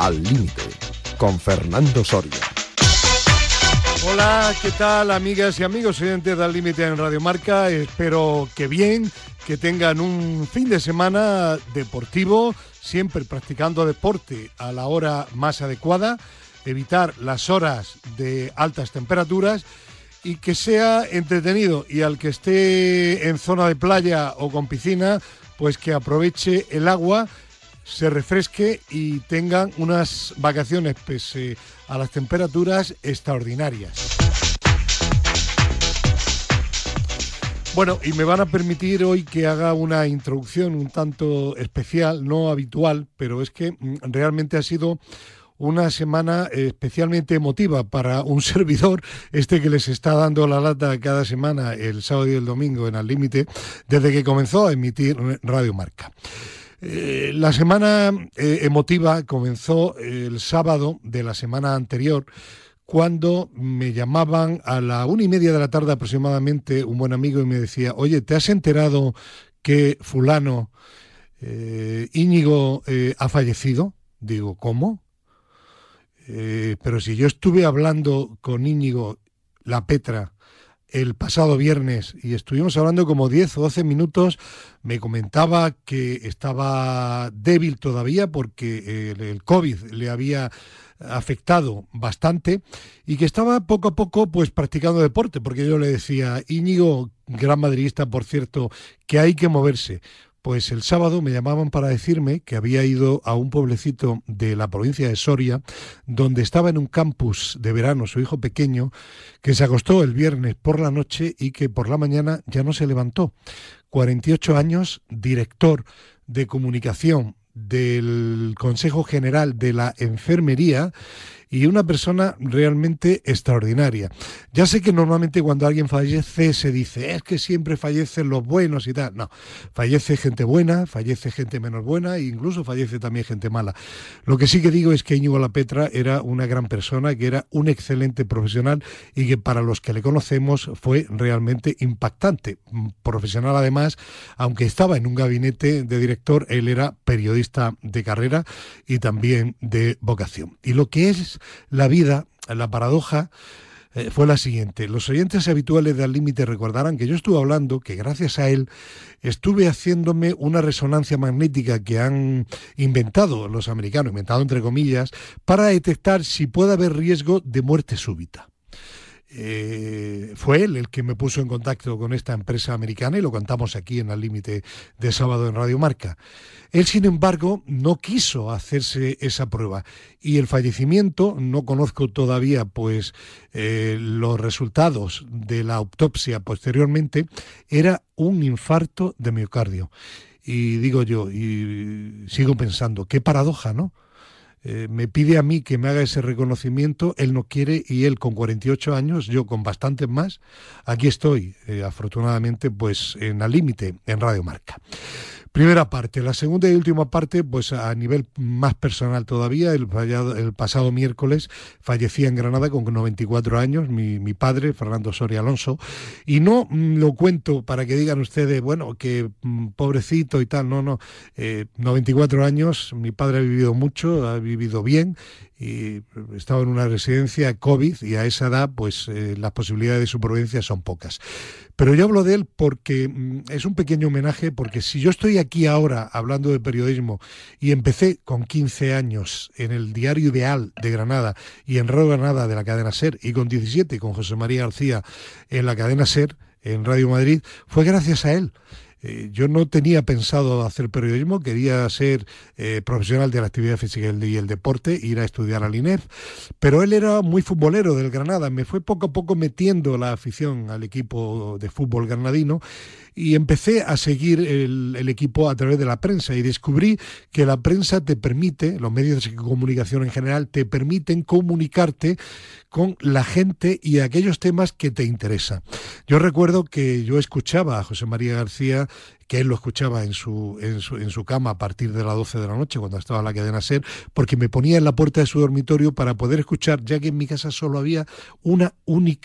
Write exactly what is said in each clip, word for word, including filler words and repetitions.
Al Límite, con Fernando Soria. Hola, ¿qué tal, amigas y amigos oyentes de Al Límite en Radio Marca? Espero que bien, que tengan un fin de semana deportivo, siempre practicando deporte a la hora más adecuada, evitar las horas de altas temperaturas y que sea entretenido. Y al que esté en zona de playa o con piscina, pues que aproveche el agua, se refresque y tengan unas vacaciones pese a las temperaturas extraordinarias. Bueno, y me van a permitir hoy que haga una introducción un tanto especial, no habitual, pero es que realmente ha sido una semana especialmente emotiva para un servidor, este que les está dando la lata cada semana, el sábado y el domingo en Al Límite, desde que comenzó a emitir Radio Marca. Eh, la semana eh, emotiva comenzó el sábado de la semana anterior, cuando me llamaban a la una y media de la tarde aproximadamente un buen amigo y me decía: oye, ¿te has enterado que fulano, eh, Íñigo, eh, ha fallecido? Digo, ¿cómo? Eh, pero si yo estuve hablando con Íñigo La Petra el pasado viernes y estuvimos hablando como diez o doce minutos, me comentaba que estaba débil todavía porque el, el COVID le había afectado bastante y que estaba poco a poco pues practicando deporte, porque yo le decía: Íñigo, gran madridista por cierto, que hay que moverse. Pues el sábado me llamaban para decirme que había ido a un pueblecito de la provincia de Soria, donde estaba en un campus de verano su hijo pequeño, que se acostó el viernes por la noche y que por la mañana ya no se levantó. cuarenta y ocho años, director de comunicación del Consejo General de la Enfermería y una persona realmente extraordinaria. Ya sé que normalmente cuando alguien fallece se dice: es que siempre fallecen los buenos y tal. No, fallece gente buena, fallece gente menos buena e incluso fallece también gente mala. Lo que sí que digo es que Íñigo La Petra era una gran persona, que era un excelente profesional y que para los que le conocemos fue realmente impactante. Profesional además, aunque estaba en un gabinete de director, él era periodista de carrera y también de vocación. Y lo que es la vida, la paradoja, eh, fue la siguiente. Los oyentes habituales de Al Límite recordarán que yo estuve hablando que gracias a él estuve haciéndome una resonancia magnética que han inventado los americanos, inventado entre comillas, para detectar si puede haber riesgo de muerte súbita. Eh, fue él el que me puso en contacto con esta empresa americana y lo contamos aquí en Al Límite de sábado en Radio Marca. Él, sin embargo, no quiso hacerse esa prueba y el fallecimiento, no conozco todavía pues eh, los resultados de la autopsia posteriormente, era un infarto de miocardio. Y digo yo, y sigo pensando, qué paradoja, ¿no? Eh, me pide a mí que me haga ese reconocimiento, él no quiere y él con cuarenta y ocho años, yo con bastantes más, aquí estoy, eh, afortunadamente, pues en Al Límite, en Radio Marca. Primera parte. La segunda y última parte, pues a nivel más personal todavía, el, fallado, el pasado miércoles fallecía en Granada con noventa y cuatro años, mi, mi padre, Fernando Soria Alonso, y no mm, lo cuento para que digan ustedes, bueno, que mm, pobrecito y tal, no, no, eh, noventa y cuatro años, mi padre ha vivido mucho, ha vivido bien, y estaba en una residencia COVID y a esa edad pues eh, las posibilidades de supervivencia son pocas. Pero yo hablo de él porque mm, es un pequeño homenaje, porque si yo estoy aquí ahora hablando de periodismo y empecé con quince años en el Diario Ideal de Granada y en Radio Granada de la cadena SER y con diecisiete con José María García en la cadena SER, en Radio Madrid, fue gracias a él. Eh, yo no tenía pensado hacer periodismo, quería ser eh, profesional de la actividad física y el deporte, ir a estudiar al I N E F, pero él era muy futbolero del Granada, me fue poco a poco metiendo la afición al equipo de fútbol granadino y empecé a seguir el, el equipo a través de la prensa y descubrí que la prensa te permite, los medios de comunicación en general, te permiten comunicarte con la gente y aquellos temas que te interesan. Yo recuerdo que yo escuchaba a José María García, que él lo escuchaba en su, en su, en su cama a partir de las doce de la noche cuando estaba en la cadena SER, porque me ponía en la puerta de su dormitorio para poder escuchar, ya que en mi casa solo había una única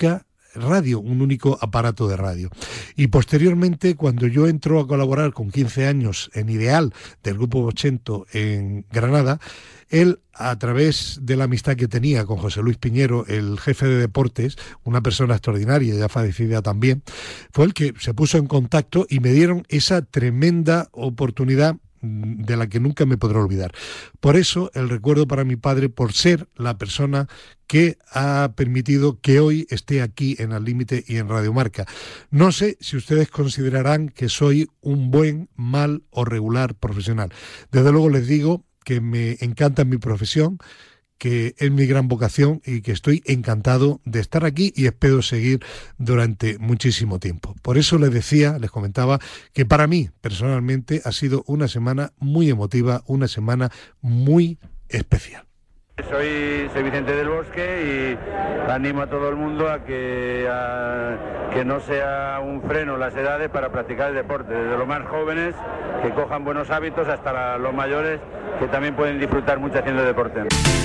radio, un único aparato de radio. Y posteriormente, cuando yo entro a colaborar con quince años en Ideal del Grupo Ochento en Granada, él, a través de la amistad que tenía con José Luis Piñero, el jefe de deportes, una persona extraordinaria, ya fallecida también, fue el que se puso en contacto y me dieron esa tremenda oportunidad de la que nunca me podré olvidar. Por eso el recuerdo para mi padre, por ser la persona que ha permitido que hoy esté aquí en Al Límite y en Radio Marca. No sé si ustedes considerarán que soy un buen, mal o regular profesional. Desde luego les digo que me encanta mi profesión, que es mi gran vocación y que estoy encantado de estar aquí y espero seguir durante muchísimo tiempo. Por eso les decía, les comentaba, que para mí personalmente ha sido una semana muy emotiva, una semana muy especial. Soy, soy Vicente del Bosque y animo a todo el mundo a que, a que no sea un freno las edades para practicar el deporte, desde los más jóvenes que cojan buenos hábitos hasta la, los mayores que también pueden disfrutar mucho haciendo deporte.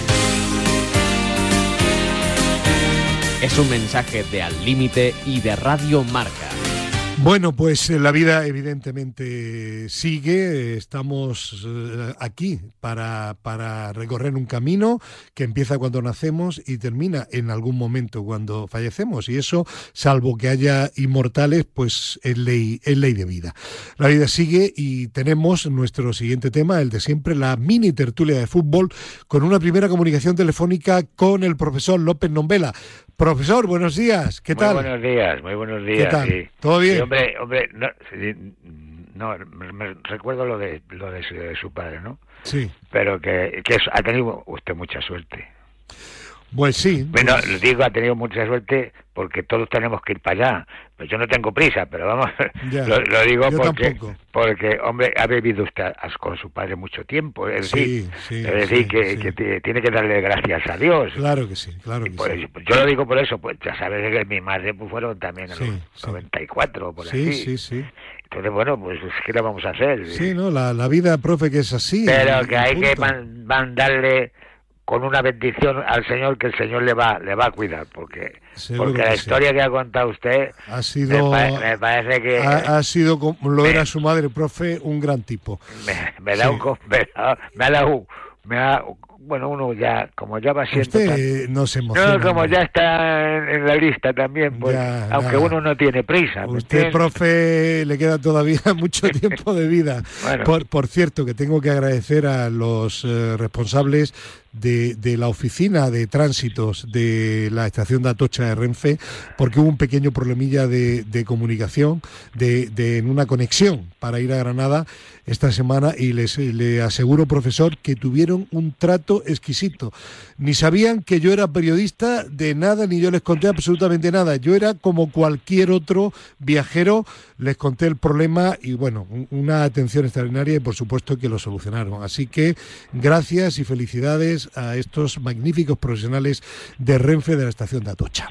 Es un mensaje de Al Límite y de Radio Marca. Bueno, pues la vida evidentemente sigue, estamos aquí para, para recorrer un camino que empieza cuando nacemos y termina en algún momento cuando fallecemos, y eso, salvo que haya inmortales, pues es ley, es ley de vida. La vida sigue y tenemos nuestro siguiente tema, el de siempre, la mini tertulia de fútbol, con una primera comunicación telefónica con el profesor López Nombela. Profesor, buenos días, ¿qué tal? Muy buenos días, muy buenos días. ¿Qué tal? Sí. ¿Todo bien? Sí, hombre, hombre, no, no me, me recuerdo lo de lo de su, de su padre, ¿no? Sí. Pero que, que ha tenido usted mucha suerte. Pues sí. Bueno, pues... les digo, ha tenido mucha suerte porque todos tenemos que ir para allá. Pues yo no tengo prisa, pero vamos, ya, lo, lo digo porque, tampoco. porque, hombre, ha vivido usted con su padre mucho tiempo. Es sí, decir, sí, es decir sí, que, sí. que t- tiene que darle gracias a Dios. Claro que sí, claro que Por sí. eso, pues yo lo digo por eso, pues ya sabes que mi madre pues, fueron también en Sí, los sí. noventa y cuatro, por Sí, así. sí, sí. Entonces, bueno, pues ¿qué le vamos a hacer? Sí, no, la, la vida, profe, que es así. Pero y que hay punto. que man- mandarle con una bendición al Señor, que el Señor le va le va a cuidar, porque Seguro porque la que historia sí. que ha contado usted Ha sido, me, pa- me parece que ha, ha sido, como lo me- era su madre, profe, un gran tipo. me, me da sí. un co- me da, me da un- me da bueno, uno ya, como ya va siendo Usted tan- eh, no se emociona. no, como hombre. ya está en, en la lista también, pues, Ya, aunque nada. uno no tiene prisa. ¿me Usted, entiendes? profe, le queda todavía mucho tiempo de vida. Bueno. Por, por cierto, que tengo que agradecer a los eh, responsables de, de la oficina de tránsitos de la estación de Atocha de Renfe, porque hubo un pequeño problemilla de, de comunicación, de, de en una conexión para ir a Granada esta semana, y les le aseguro, profesor, que tuvieron un trato exquisito. Ni sabían que yo era periodista de nada, ni yo les conté absolutamente nada. Yo era como cualquier otro viajero, les conté el problema y, bueno, una atención extraordinaria y, por supuesto, que lo solucionaron. Así que gracias y felicidades a estos magníficos profesionales de Renfe de la estación de Atocha.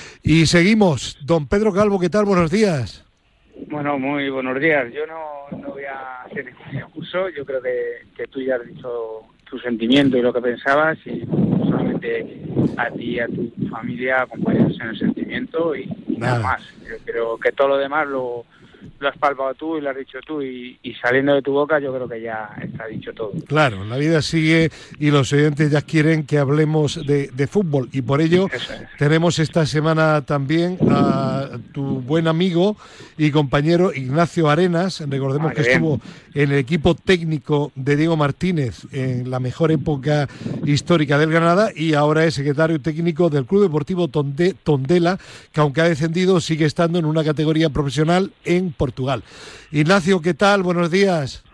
Y seguimos. Don Pedro Calvo, ¿qué tal? Buenos días. Bueno, muy buenos días. Yo no, no voy a hacer ningún discurso. Yo creo que, que tú ya has dicho tu sentimiento y lo que pensabas, y solamente a ti y a tu familia acompañarse en el sentimiento y nada, nada más. Yo creo que todo lo demás lo, lo has palpado tú y lo has dicho tú, y, y saliendo de tu boca yo creo que ya está dicho todo. Claro, la vida sigue y los oyentes ya quieren que hablemos de, de fútbol, y por ello es. tenemos esta semana también a tu buen amigo y compañero Ignacio Arenas. Recordemos ah, que bien. estuvo en el equipo técnico de Diego Martínez en la mejor época histórica del Granada, y ahora es secretario técnico del Club Deportivo Tonde, Tondela, que aunque ha descendido sigue estando en una categoría profesional en Portugal. Ignacio, ¿qué tal? Buenos días.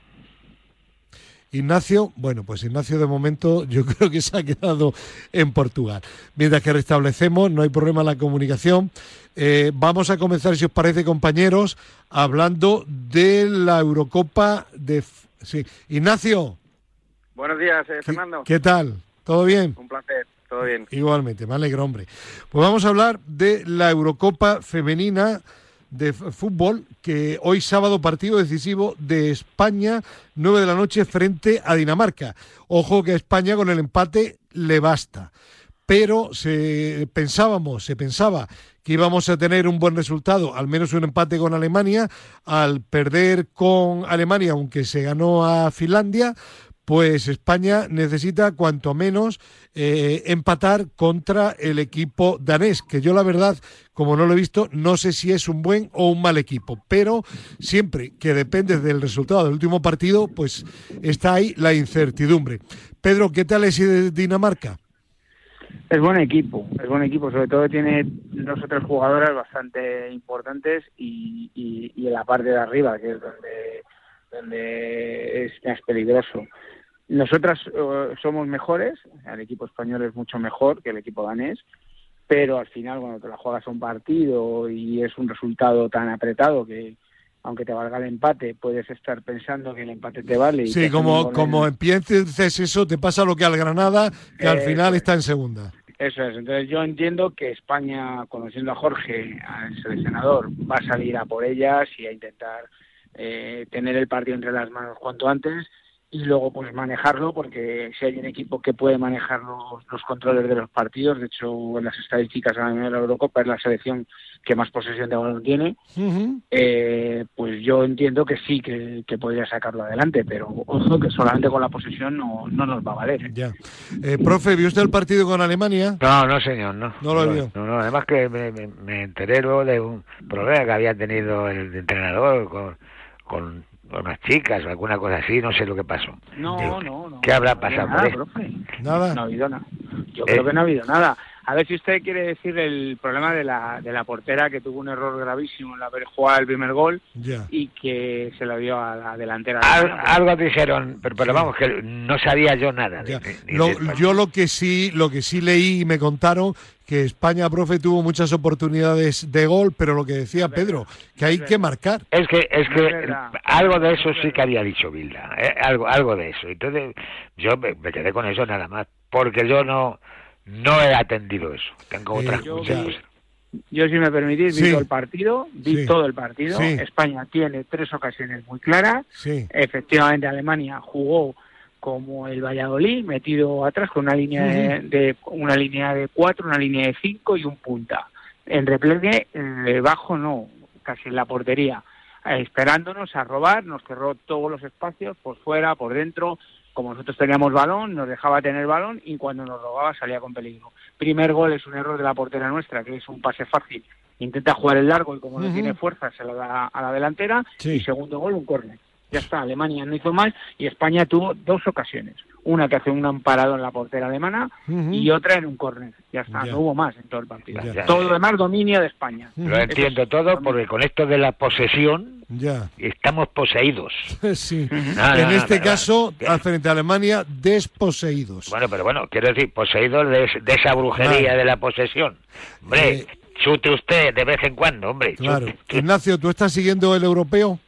Ignacio, bueno, pues Ignacio de momento yo creo que se ha quedado en Portugal. Mientras que restablecemos, no hay problema en la comunicación. Eh, vamos a comenzar, si os parece, compañeros, hablando de la Eurocopa de... Sí. Ignacio. Buenos días, eh, Fernando. ¿Qué, ¿Qué tal? ¿Todo bien? Un placer, todo bien. Igualmente, me alegro, hombre. Pues vamos a hablar de la Eurocopa femenina de fútbol, que hoy sábado partido decisivo de España, nueve de la noche frente a Dinamarca. Ojo que a España con el empate le basta. pero se pensábamos, se pensaba que íbamos a tener un buen resultado, al menos un empate con Alemania. Al perder con Alemania, aunque se ganó a Finlandia, pues España necesita cuanto menos eh, empatar contra el equipo danés, que yo la verdad, como no lo he visto, no sé si es un buen o un mal equipo, pero siempre que depende del resultado del último partido, pues está ahí la incertidumbre. Pedro, ¿qué tal es Dinamarca? Es buen equipo, es buen equipo, sobre todo tiene dos o tres jugadoras bastante importantes y, y, y en la parte de arriba, que es donde, donde es más peligroso. Nosotras uh, somos mejores, el equipo español es mucho mejor que el equipo danés, pero al final cuando te la juegas a un partido y es un resultado tan apretado que aunque te valga el empate, puedes estar pensando que el empate te vale. Y sí, como, como el... empieces eso, te pasa lo que al Granada, que eh, al final está en segunda. Eso es, entonces yo entiendo que España, conociendo a Jorge, al seleccionador, va a salir a por ellas y a intentar eh, tener el partido entre las manos cuanto antes y luego pues manejarlo, porque si hay un equipo que puede manejar los, los controles de los partidos, de hecho en las estadísticas a nivel de la Eurocopa es la selección que más posesión de balón tiene, uh-huh. eh, pues yo entiendo que sí, que, que podría sacarlo adelante, pero ojo que solamente con la posesión no, no nos va a valer. ¿eh? Ya. Eh, profe, ¿vio usted el partido con Alemania? No, no señor, no. No lo vio. No, no, además que me, me, me enteré luego de un problema que había tenido el entrenador con... con o unas chicas o alguna cosa así, no sé lo que pasó. No, Digo, no, no. ¿Qué habrá no pasado? Nada, profe. Nada. No ha habido nada. Yo eh. creo que no ha habido nada. A ver si usted quiere decir el problema de la de la portera, que tuvo un error gravísimo en haber jugado el primer gol yeah. y que se lo dio a la delantera. Al, algo dijeron, pero, pero sí. vamos, que no sabía yo nada. De, ni, ni lo, de yo lo que sí lo que sí leí y me contaron que España, profe, tuvo muchas oportunidades de gol, pero lo que decía Pedro, que hay que marcar. Es que es que es algo de eso sí que había dicho Bilda, ¿eh? algo algo de eso. Entonces yo me, me quedé con eso nada más, porque yo no no he atendido eso. Tengo eh, otras yo, muchas vi, yo, si me permitís, vi sí. todo el partido, vi sí. todo el partido. Sí. España tiene tres ocasiones muy claras. Sí. Efectivamente, Alemania jugó como el Valladolid, metido atrás con una línea uh-huh. de, de una línea de cuatro, una línea de cinco y un punta. En repliegue eh, bajo no, casi en la portería, eh, esperándonos a robar, nos cerró todos los espacios, por fuera, por dentro. Como nosotros teníamos balón, nos dejaba tener balón y cuando nos robaba salía con peligro. Primer gol es un error de la portera nuestra, que es un pase fácil. Intenta jugar el largo y como uh-huh. no tiene fuerza se lo da a la delantera. Sí. Y segundo gol, un córner. Ya está, Alemania no hizo mal y España tuvo dos ocasiones. Una que hace un amparado en la portera alemana uh-huh. y otra en un córner. Ya está, ya. no hubo más en todo el partido. Ya. Todo lo demás dominio de España. Uh-huh. Lo entiendo es, todo porque con esto de la posesión ya. estamos poseídos. Sí. Uh-huh. No, en no, este no, caso, no. frente a Alemania, desposeídos. Bueno, pero bueno, quiero decir, poseídos de, de esa brujería vale. de la posesión. Hombre, eh, chute usted de vez en cuando, hombre. Claro. Chute, chute. Ignacio, ¿tú estás siguiendo el europeo?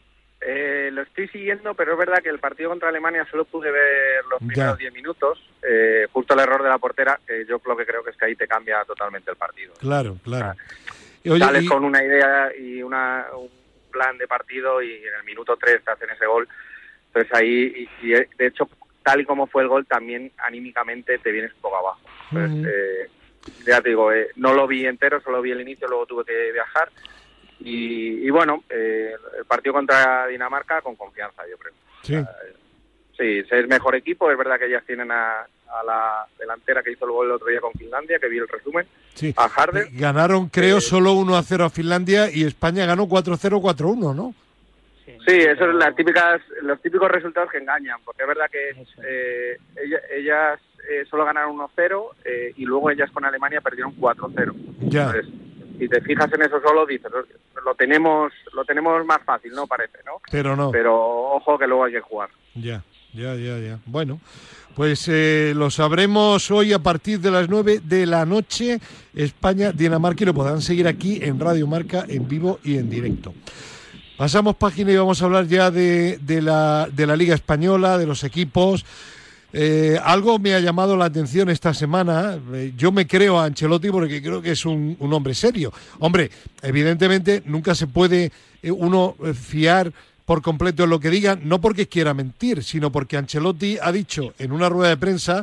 Eh, lo estoy siguiendo, pero es verdad que el partido contra Alemania solo pude ver los primeros diez minutos, eh, justo el error de la portera, que yo lo que creo que es que ahí te cambia totalmente el partido. Claro, claro. O sea, Oye, sales y... con una idea y una, un plan de partido y en el minuto tres te hacen ese gol. Entonces ahí, y, y de hecho, tal y como fue el gol, también anímicamente te vienes un poco abajo. Entonces, uh-huh. eh, ya te digo, eh, no lo vi entero, solo vi el inicio, luego tuve que viajar. Y, y bueno, eh, el partido contra Dinamarca con confianza, yo creo. Sí. Uh, sí, es mejor equipo, es verdad que ellas tienen a, a la delantera que hizo el gol el otro día con Finlandia, que vi el resumen, sí. a Harder. Ganaron, creo, eh, solo uno a cero a Finlandia y España ganó cuatro cero, cuatro uno, ¿no? Sí, sí, esos son las típicas, los típicos resultados que engañan, porque es verdad que eh, ellas, ellas eh, solo ganaron uno cero eh, y luego ellas con Alemania perdieron cuatro cero. Ya. Entonces, si te fijas en eso solo, dices, lo tenemos lo tenemos más fácil, ¿no? Parece, ¿no? Pero no. Pero ojo que luego hay que jugar. Ya, ya, ya, ya. Bueno, pues eh, lo sabremos hoy a partir de las nueve de la noche, España, Dinamarca, y lo podrán seguir aquí en Radio Marca, en vivo y en directo. Pasamos página y vamos a hablar ya de, de, la, de la Liga Española, de los equipos. Eh, algo me ha llamado la atención esta semana. Eh, yo me creo a Ancelotti porque creo que es un, un hombre serio. Hombre, evidentemente nunca se puede eh, uno eh, fiar por completo en lo que digan, no porque quiera mentir, sino porque Ancelotti ha dicho en una rueda de prensa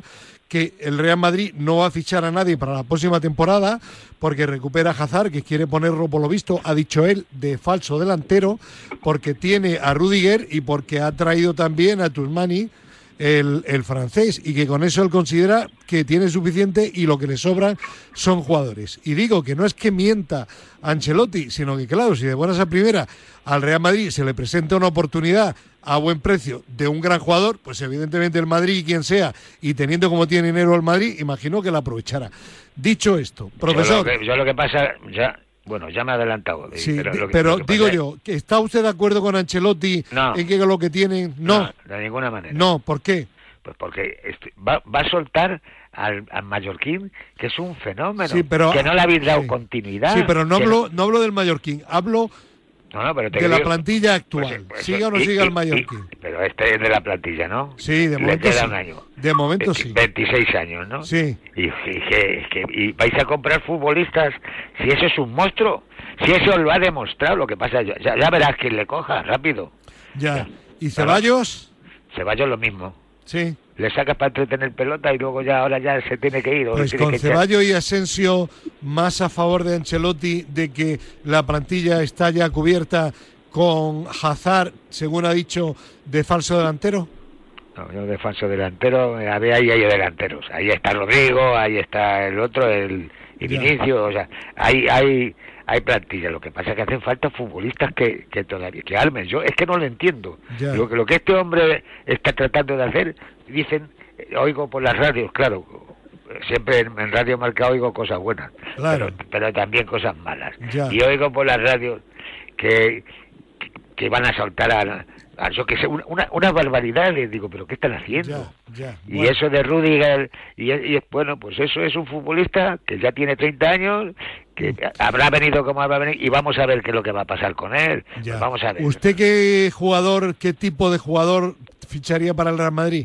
que el Real Madrid no va a fichar a nadie para la próxima temporada porque recupera a Hazard, que quiere ponerlo, por lo visto, ha dicho él, de falso delantero, porque tiene a Rudiger y porque ha traído también a Tchouaméni, el, el francés, y que con eso él considera que tiene suficiente y lo que le sobran son jugadores. Y digo que no es que mienta Ancelotti, sino que claro, si de buenas a primera al Real Madrid se le presenta una oportunidad a buen precio de un gran jugador, pues evidentemente el Madrid, quien sea, y teniendo como tiene dinero el Madrid, imagino que la aprovechará. Dicho esto, profesor... Yo lo que, yo lo que pasa... ya Bueno, ya me he adelantado. Sí, pero lo que, pero lo que digo pasa yo, ¿está usted de acuerdo con Ancelotti no, en que lo que tienen? No. No, de ninguna manera. No, ¿por qué? Pues porque este, va, va a soltar al, al mallorquín, que es un fenómeno, sí, pero, que no le habéis dado sí. continuidad. Sí, pero no hablo, no... no hablo del mallorquín, hablo no, no, pero te de digo, la plantilla actual. Pues, pues, siga o no y, siga y, el mallorquín. Y, pero este es de la plantilla, ¿no? Sí, de momento le queda sí. un año. De momento sí. veintiséis años, ¿no? Sí. Y, y, que, que, y vais a comprar futbolistas, si eso es un monstruo, si eso lo ha demostrado, lo que pasa, ya, ya verás quién le coja, rápido. Ya. ¿Y Ceballos? Ceballos lo mismo. Sí. Le sacas para entretener pelota y luego ya ahora ya se tiene que ir. O Pues tiene con que Ceballos y Asensio más a favor de Ancelotti de que la plantilla está ya cubierta con Hazard, según ha dicho, de falso delantero. No, yo de falso delantero, a ver, ahí hay delanteros. Ahí está Rodrigo, ahí está el otro, el y Vinicio, o sea, hay hay hay plantilla. Lo que pasa es que hacen falta futbolistas que, que todavía que armen. Yo es que no lo entiendo. Lo que lo que este hombre está tratando de hacer, dicen, oigo por las radios, claro, siempre en, en Radio Marca oigo cosas buenas, claro. pero, pero también cosas malas. Ya. Y oigo por las radios que que van a soltar a, a yo que sé, una, una, una barbaridad. Les digo, pero ¿qué están haciendo? Ya, ya. Y Bueno. eso de Rudiger, y, y bueno, pues eso es un futbolista que ya tiene treinta años, que habrá venido como habrá venido, y vamos a ver qué es lo que va a pasar con él. Ya. Pues vamos a ver. ¿Usted qué jugador, qué tipo de jugador ficharía para el Real Madrid?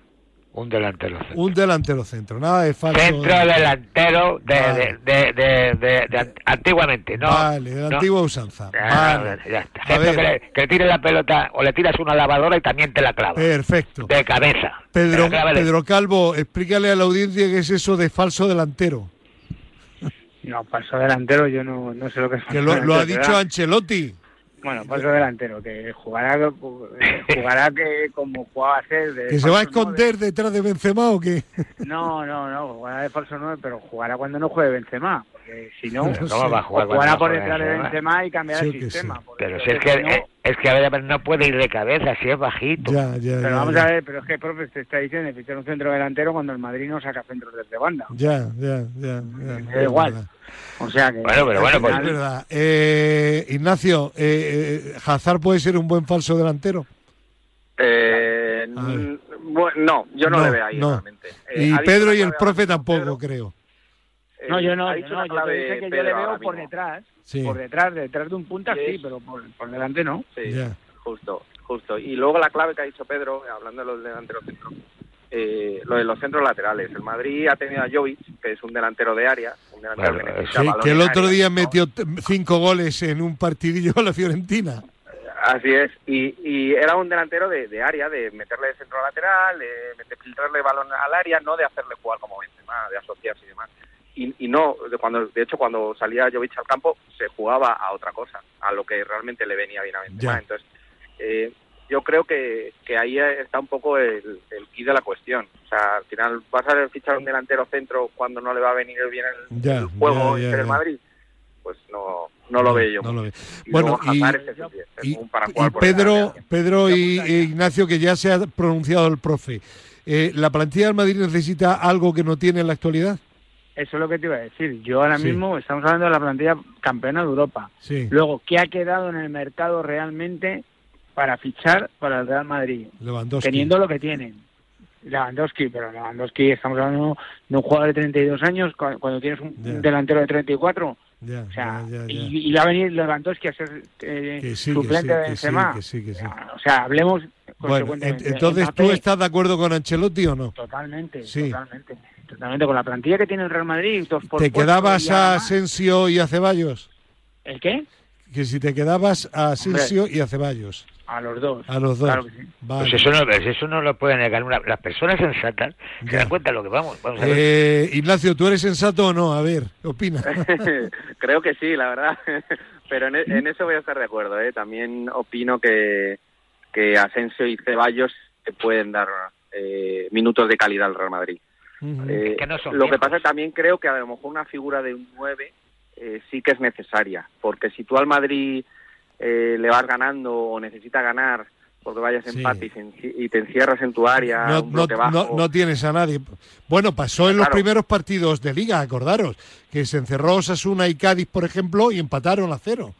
Un delantero centro. Un delantero centro, nada de falso. Centro delantero de, vale. de, de, de, de, de antiguamente, ¿no? Vale, de la no. antigua usanza. Ah, Vale. ya está. A Esto ver. que, le, que le tire la pelota o le tiras una lavadora y también te la clava. Perfecto. De cabeza. Pedro, Te la clava de- Pedro Calvo, explícale a la audiencia qué es eso de falso delantero. No, falso delantero, yo no, no sé lo que es. Que lo, lo ha dicho ¿verdad? Ancelotti. Bueno, falso delantero, que jugará jugará que como jugaba a ser de ¿Que se va a falso esconder detrás de Benzema o qué? nueve. No, no, no, jugará de falso nueve, pero jugará cuando no juegue Benzema, porque si no, No ¿Cómo sé. va a jugar o cuando jugará no por juegue detrás de Benzema? Benzema y cambiará Sí el que sistema. sí. porque Pero si es que, si no- es, es que a ver, no puede ir de cabeza, si es bajito. Ya, ya, Pero ya, vamos ya. a ver, pero es que, profe, te está diciendo de fichar un centro delantero cuando el Madrid no saca centros desde banda. Ya, ya, ya. ya, Da igual. ya. O sea que... Bueno, pero bueno, Es pues- verdad. Eh, Ignacio, eh, eh, ¿Hazard puede ser un buen falso delantero? Eh, A ver. n- bueno, no, yo no, No, le veo ahí no. realmente. Eh, Y ha dicho Pedro una y el clave profe ahora mismo, tampoco, Pedro. creo. Eh, No, yo no, ha yo dicho no, una yo clave te dije que yo Pedro le ahora veo por mismo. detrás, Sí. por detrás, detrás de un punta Sí, sí, es- pero por, por delante no. Sí, Ya. justo, justo. Y luego la clave que ha dicho Pedro, hablando de los delanteros centros, eh, lo de los centros laterales. El Madrid ha tenido a Jovic, que es un delantero de área, un delantero Bueno, que necesita Sí, balones que el otro área, día ¿no? metió t- cinco goles en un partidillo a la Fiorentina. Así es, y, y era un delantero de, de área, de meterle de centro lateral, de, de filtrarle balón al área, no de hacerle jugar como Benzema, de asociarse y demás. Y, y no, de, cuando, de hecho, cuando salía Jovic al campo, se jugaba a otra cosa, a lo que realmente le venía bien a Benzema. Ya. Entonces, eh, yo creo que, que ahí está un poco el, el quid de la cuestión. O sea, al final, ¿vas a fichar un delantero centro cuando no le va a venir bien el, Ya, el juego ya, ya, entre el ya. Madrid? Pues no, no lo veo yo. No lo ve. Y Bueno, luego y, Hazard es el diez, es y- un para y jugar por Pedro, delante. Pedro y e Ignacio, que ya se ha pronunciado el profe, eh, ¿la plantilla del Madrid necesita algo que no tiene en la actualidad? Eso es lo que te iba a decir. Yo ahora Sí. mismo estamos hablando de la plantilla campeona de Europa. Sí, Luego, ¿qué ha quedado en el mercado realmente para fichar para el Real Madrid? Lewandowski. Teniendo lo que tienen. Lewandowski, pero Lewandowski estamos hablando de un jugador de treinta y dos años cu- cuando tienes un, Ya. un delantero de treinta y cuatro. Ya, O sea, ya, ya, ya. Y, y va a venir Lewandowski a ser eh, Que sí, que suplente sí, de que sí, Benzema. que sí, que sí. O sea, hablemos Bueno, consecuentemente. ent- entonces, Mbappé, ¿tú estás de acuerdo con Ancelotti o no? Totalmente, Sí. totalmente. Totalmente. Con la plantilla que tiene el Real Madrid, dos por ¿Te puesto quedabas y a además- Asensio y a Ceballos? ¿El qué? Que si te quedabas a Asensio y a Ceballos. A los dos. A los dos. Claro que sí. Vale. Pues eso no, eso no lo puede negar una, las personas sensatas. Se Ya. dan cuenta de lo que vamos. vamos a ver. Eh, Ignacio, ¿tú eres sensato o no? A ver, opina. Creo que sí, la verdad. Pero en, en eso voy a estar de acuerdo, ¿eh? También opino que, que Asensio y Ceballos pueden dar eh, minutos de calidad al Real Madrid. Uh-huh. Eh, Es que no son lo que viejos. pasa también creo que a lo mejor una figura de un nueve eh, sí que es necesaria, porque si tú al Madrid eh, le vas ganando o necesita ganar porque vayas Sí. empate y, se enci- y te encierras en tu área, No, un no, bloque bajo... no, no tienes a nadie. Bueno, pasó en los Claro. primeros partidos de Liga, acordaros, que se encerró Osasuna y Cádiz, por ejemplo, y empataron a cero.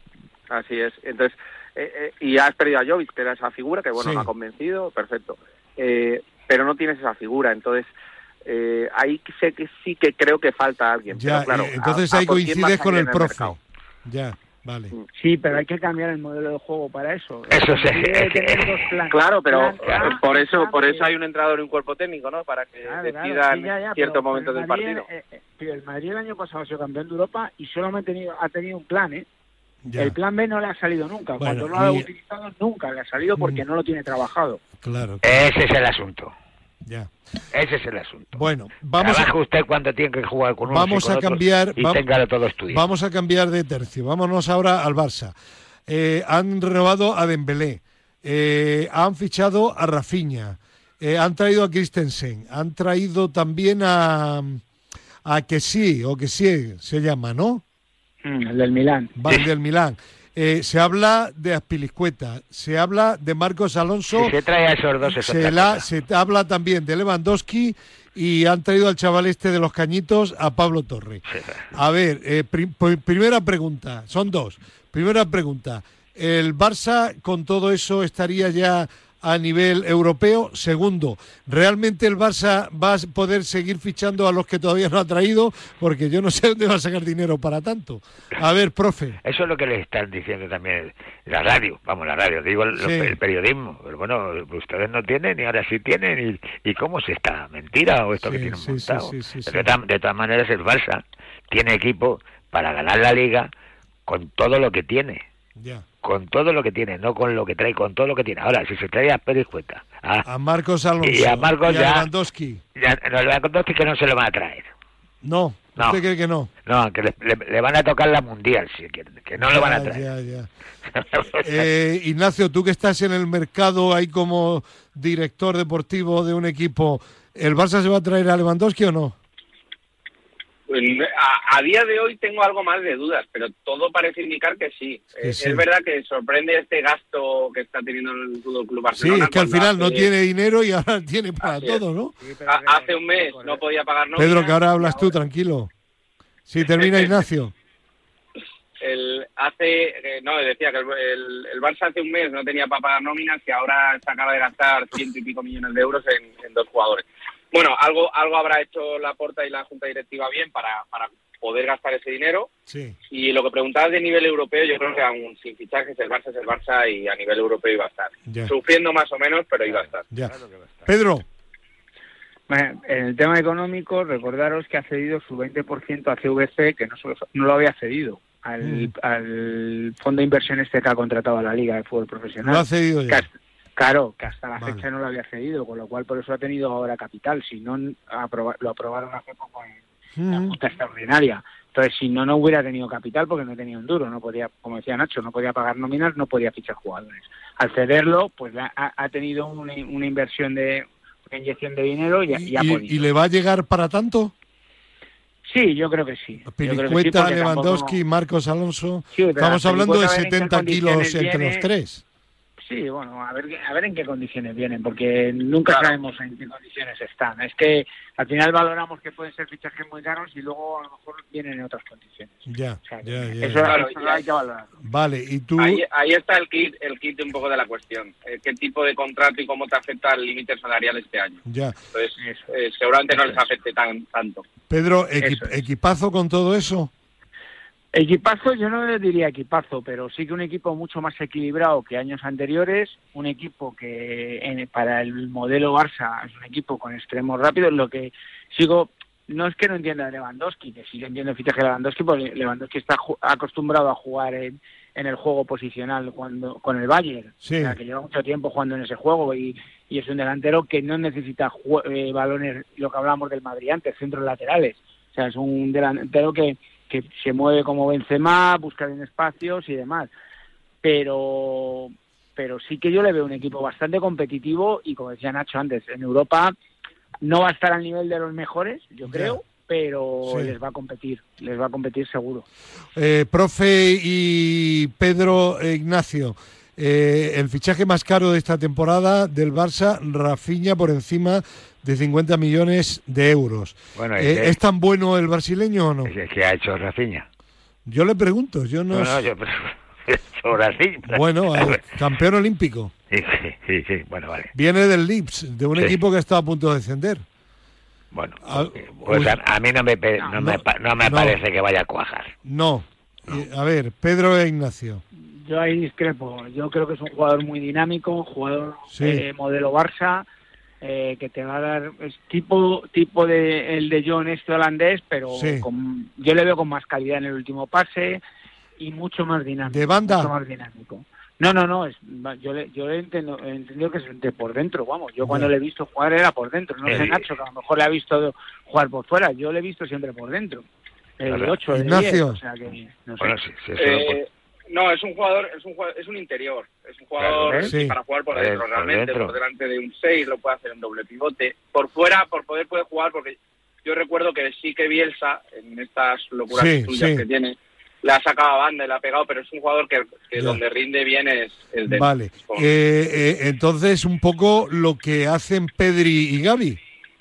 Así es. Entonces, eh, eh, y has perdido a Jovic, que era esa figura, que bueno, Sí. me ha convencido, perfecto. Eh, pero no tienes esa figura, entonces eh, ahí sé que sí que creo que falta alguien. Ya, pero claro, y entonces a- a ahí por quién vas coincides a con ir el en profe. mercado. Ya, vale. Sí, pero hay que cambiar el modelo de juego para eso. Eso sí, Debe es que- tener dos planes. Claro, pero Plan A, por eso plan por B. eso hay un entrenador y un cuerpo técnico, ¿no? Para que Claro, claro, decidan sí, ya, ya, ciertos pero- momentos pero del Madrid, partido. eh, eh, pero el Madrid el año pasado ha sido campeón de Europa y solo ha tenido, ha tenido un plan, ¿eh? Ya, El plan B no le ha salido nunca. Bueno, Cuando no lo ha y- utilizado, nunca le ha salido porque Mm. no lo tiene trabajado. claro. Ese es el asunto. Ya. Ese es el asunto. Bueno, vamos Trabaje a, usted cuando tiene que jugar con unos vamos y con a otros cambiar. y va- téngalo todo estudiado. Vamos a cambiar de tercio. Vámonos ahora al Barça. Eh, han renovado a Dembélé. Eh, han fichado a Rafinha. Eh, han traído a Christensen. Han traído también a a Kessie, o Kessie se llama, ¿no? Mm, el del Milán. Va, del Milán. Eh, se habla de Azpilicueta, se habla de Marcos Alonso, Si se trae a esos dos, es se, otra la- cosa. se habla también de Lewandowski y han traído al chaval este de los cañitos, a Pablo Torre. Sí. A ver, eh, pri- pri- primera pregunta, son dos. Primera pregunta, ¿el Barça con todo eso estaría ya a nivel europeo? Segundo, ¿realmente el Barça va a poder seguir fichando a los que todavía no ha traído? Porque yo no sé dónde va a sacar dinero para tanto. A ver, profe. Eso es lo que les están diciendo también la radio, vamos, la radio, digo el, Sí. el periodismo. Pero bueno, ustedes no tienen y ahora sí tienen. ¿Y, y cómo es esta mentira o esto Sí, que tienen sí, montado? sí, sí, sí, de, sí. ta- de todas maneras, el Barça tiene equipo para ganar la Liga con todo lo que tiene. Ya. Con todo lo que tiene, no con lo que trae, con todo lo que tiene. Ahora, si se trae a Pérez Cueta, a, A Marcos Alonso Y a Marcos ya- Lewandowski. ya, no, Lewandowski que no se lo van a traer. No, No. ¿usted cree que no? No, que le, le- le van a tocar la Mundial, si quieren, que no lo van a Ya, traer. ya, ya. Eh, Ignacio, tú que estás en el mercado ahí como director deportivo de un equipo, ¿el Barça se va a traer a Lewandowski o no? A, a día de hoy tengo algo más de dudas, pero todo parece indicar que sí. Que Eh, sí. Es verdad que sorprende este gasto que está teniendo el Fútbol Club Sí, Barcelona. es que al cuando final no hace- tiene dinero y ahora tiene para Así es. todo, ¿no? a- hace un mes no podía pagar nóminas. Pedro, que ahora hablas y tú, tranquilo. Sí, termina Ignacio. El, hace, eh, no, decía que el, el, el Barça hace un mes no tenía para pagar nóminas y ahora se acaba de gastar ciento y pico millones de euros en, en dos jugadores. Bueno, algo algo habrá hecho Laporta y la Junta Directiva bien para, para poder gastar ese dinero. Sí. Y lo que preguntabas de nivel europeo, yo creo que aún sin fichajes el Barça es el Barça y a nivel europeo iba a estar. Ya. Sufriendo más o menos, pero iba a estar. Ya. Pedro, Bueno, en el tema económico, recordaros que ha cedido su veinte por ciento a C V C, que no, solo- no lo había cedido al, Mm. al fondo de inversión este que ha contratado a la Liga de Fútbol Profesional. lo ha cedido Que ya. hasta- claro, que hasta la Vale. fecha no lo había cedido, con lo cual por eso ha tenido ahora capital. Si no, aproba- lo aprobaron hace poco en la Mm. Junta Extraordinaria. Entonces, si no, no hubiera tenido capital porque no tenía un duro, no podía, como decía Nacho, no podía pagar nóminas, no podía fichar jugadores. Al cederlo, pues ha, ha tenido una, una inversión de, una inyección de dinero y, ¿Y, y ha y- podido. y le va a llegar para tanto? Sí, yo creo que sí. Yo creo que sí, Pilicueta, porque Lewandowski, tampoco- Marcos Alonso. Sí, pero Estamos la hablando de Pilicueta, a ver en qué setenta kilos condiciones entre viene. los tres. Sí, bueno, a ver, a ver en qué condiciones vienen, porque nunca Claro. sabemos en qué condiciones están. Es que al final valoramos que pueden ser fichajes muy caros y luego a lo mejor vienen en otras condiciones. Ya, O sea, que ya, ya, eso, ya. Claro, eso y- hay que valorarlo. Vale, y tú... Ahí, ahí está el kit, el kit un poco de la cuestión. Eh, ¿Qué tipo de contrato y cómo te afecta el límite salarial este año? Ya. Entonces, Eso. eh, seguramente no Eso les es. afecte tan tanto. Pedro, equi- Eso es. ¿equipazo con todo eso? Equipazo, yo no le diría equipazo, pero sí que un equipo mucho más equilibrado que años anteriores, un equipo que en- para el modelo Barça es un equipo con extremos rápidos. Lo que sigo, no es que no entienda a Lewandowski, que sí que entiendo el fichaje de Lewandowski, porque Lewandowski está ju- acostumbrado a jugar en, en el juego posicional cuando con el Bayern, sí. O sea, que lleva mucho tiempo jugando en ese juego y, y es un delantero que no necesita eh, balones, lo que hablábamos del Madrid antes, centros laterales. O sea, es un delantero que, que se mueve como Benzema, busca bien espacios y demás. Pero, pero sí que yo le veo un equipo bastante competitivo y, como decía Nacho antes, en Europa no va a estar al nivel de los mejores, yo creo, yeah. pero sí. les va a competir, les va a competir seguro. Eh, profe y Pedro e Ignacio, eh, el fichaje más caro de esta temporada del Barça, Rafinha, por encima de cincuenta millones de euros. Bueno, eh, ¿Es tan bueno el brasileño o no? Es que ha hecho Rafinha. Yo le pregunto, yo no... No, no, yo... Rafinha. Bueno, eh, campeón olímpico. Sí, sí, sí, bueno, vale. Viene del Leeds, de un sí. equipo que está a punto de descender. Bueno, a, pues a, a mí no me, no, no me, no me no, parece que vaya a cuajar. No. no. A ver, Pedro e Ignacio. Yo ahí discrepo. Yo creo que es un jugador muy dinámico, un jugador sí. eh, modelo Barça, eh, que te va a dar es tipo tipo de el de John este holandés, pero sí. con, yo le veo con más calidad en el último pase y mucho más dinámico. ¿De banda? Mucho más dinámico. No, no, no, es, yo le, yo le entiendo, he entendido que es de por dentro, vamos, yo cuando le he visto jugar era por dentro, no sé Nacho, que a lo mejor le ha visto jugar por fuera, yo le he visto siempre por dentro, el claro. ocho, el diez, o sea que, no sé. Bueno, sí, sí, eh, no, es un jugador, es un jugador, es un interior, es un jugador claro, sí. para jugar por dentro, realmente, por, por delante de un seis, lo puede hacer en doble pivote, por fuera, por poder puede jugar, porque yo recuerdo que sí que Bielsa, en estas locuras sí, suyas sí. que tiene, la ha sacado a banda y la ha pegado, pero es un jugador que, que donde rinde bien es el de... Vale, eh, eh, entonces un poco lo que hacen Pedri y Gavi.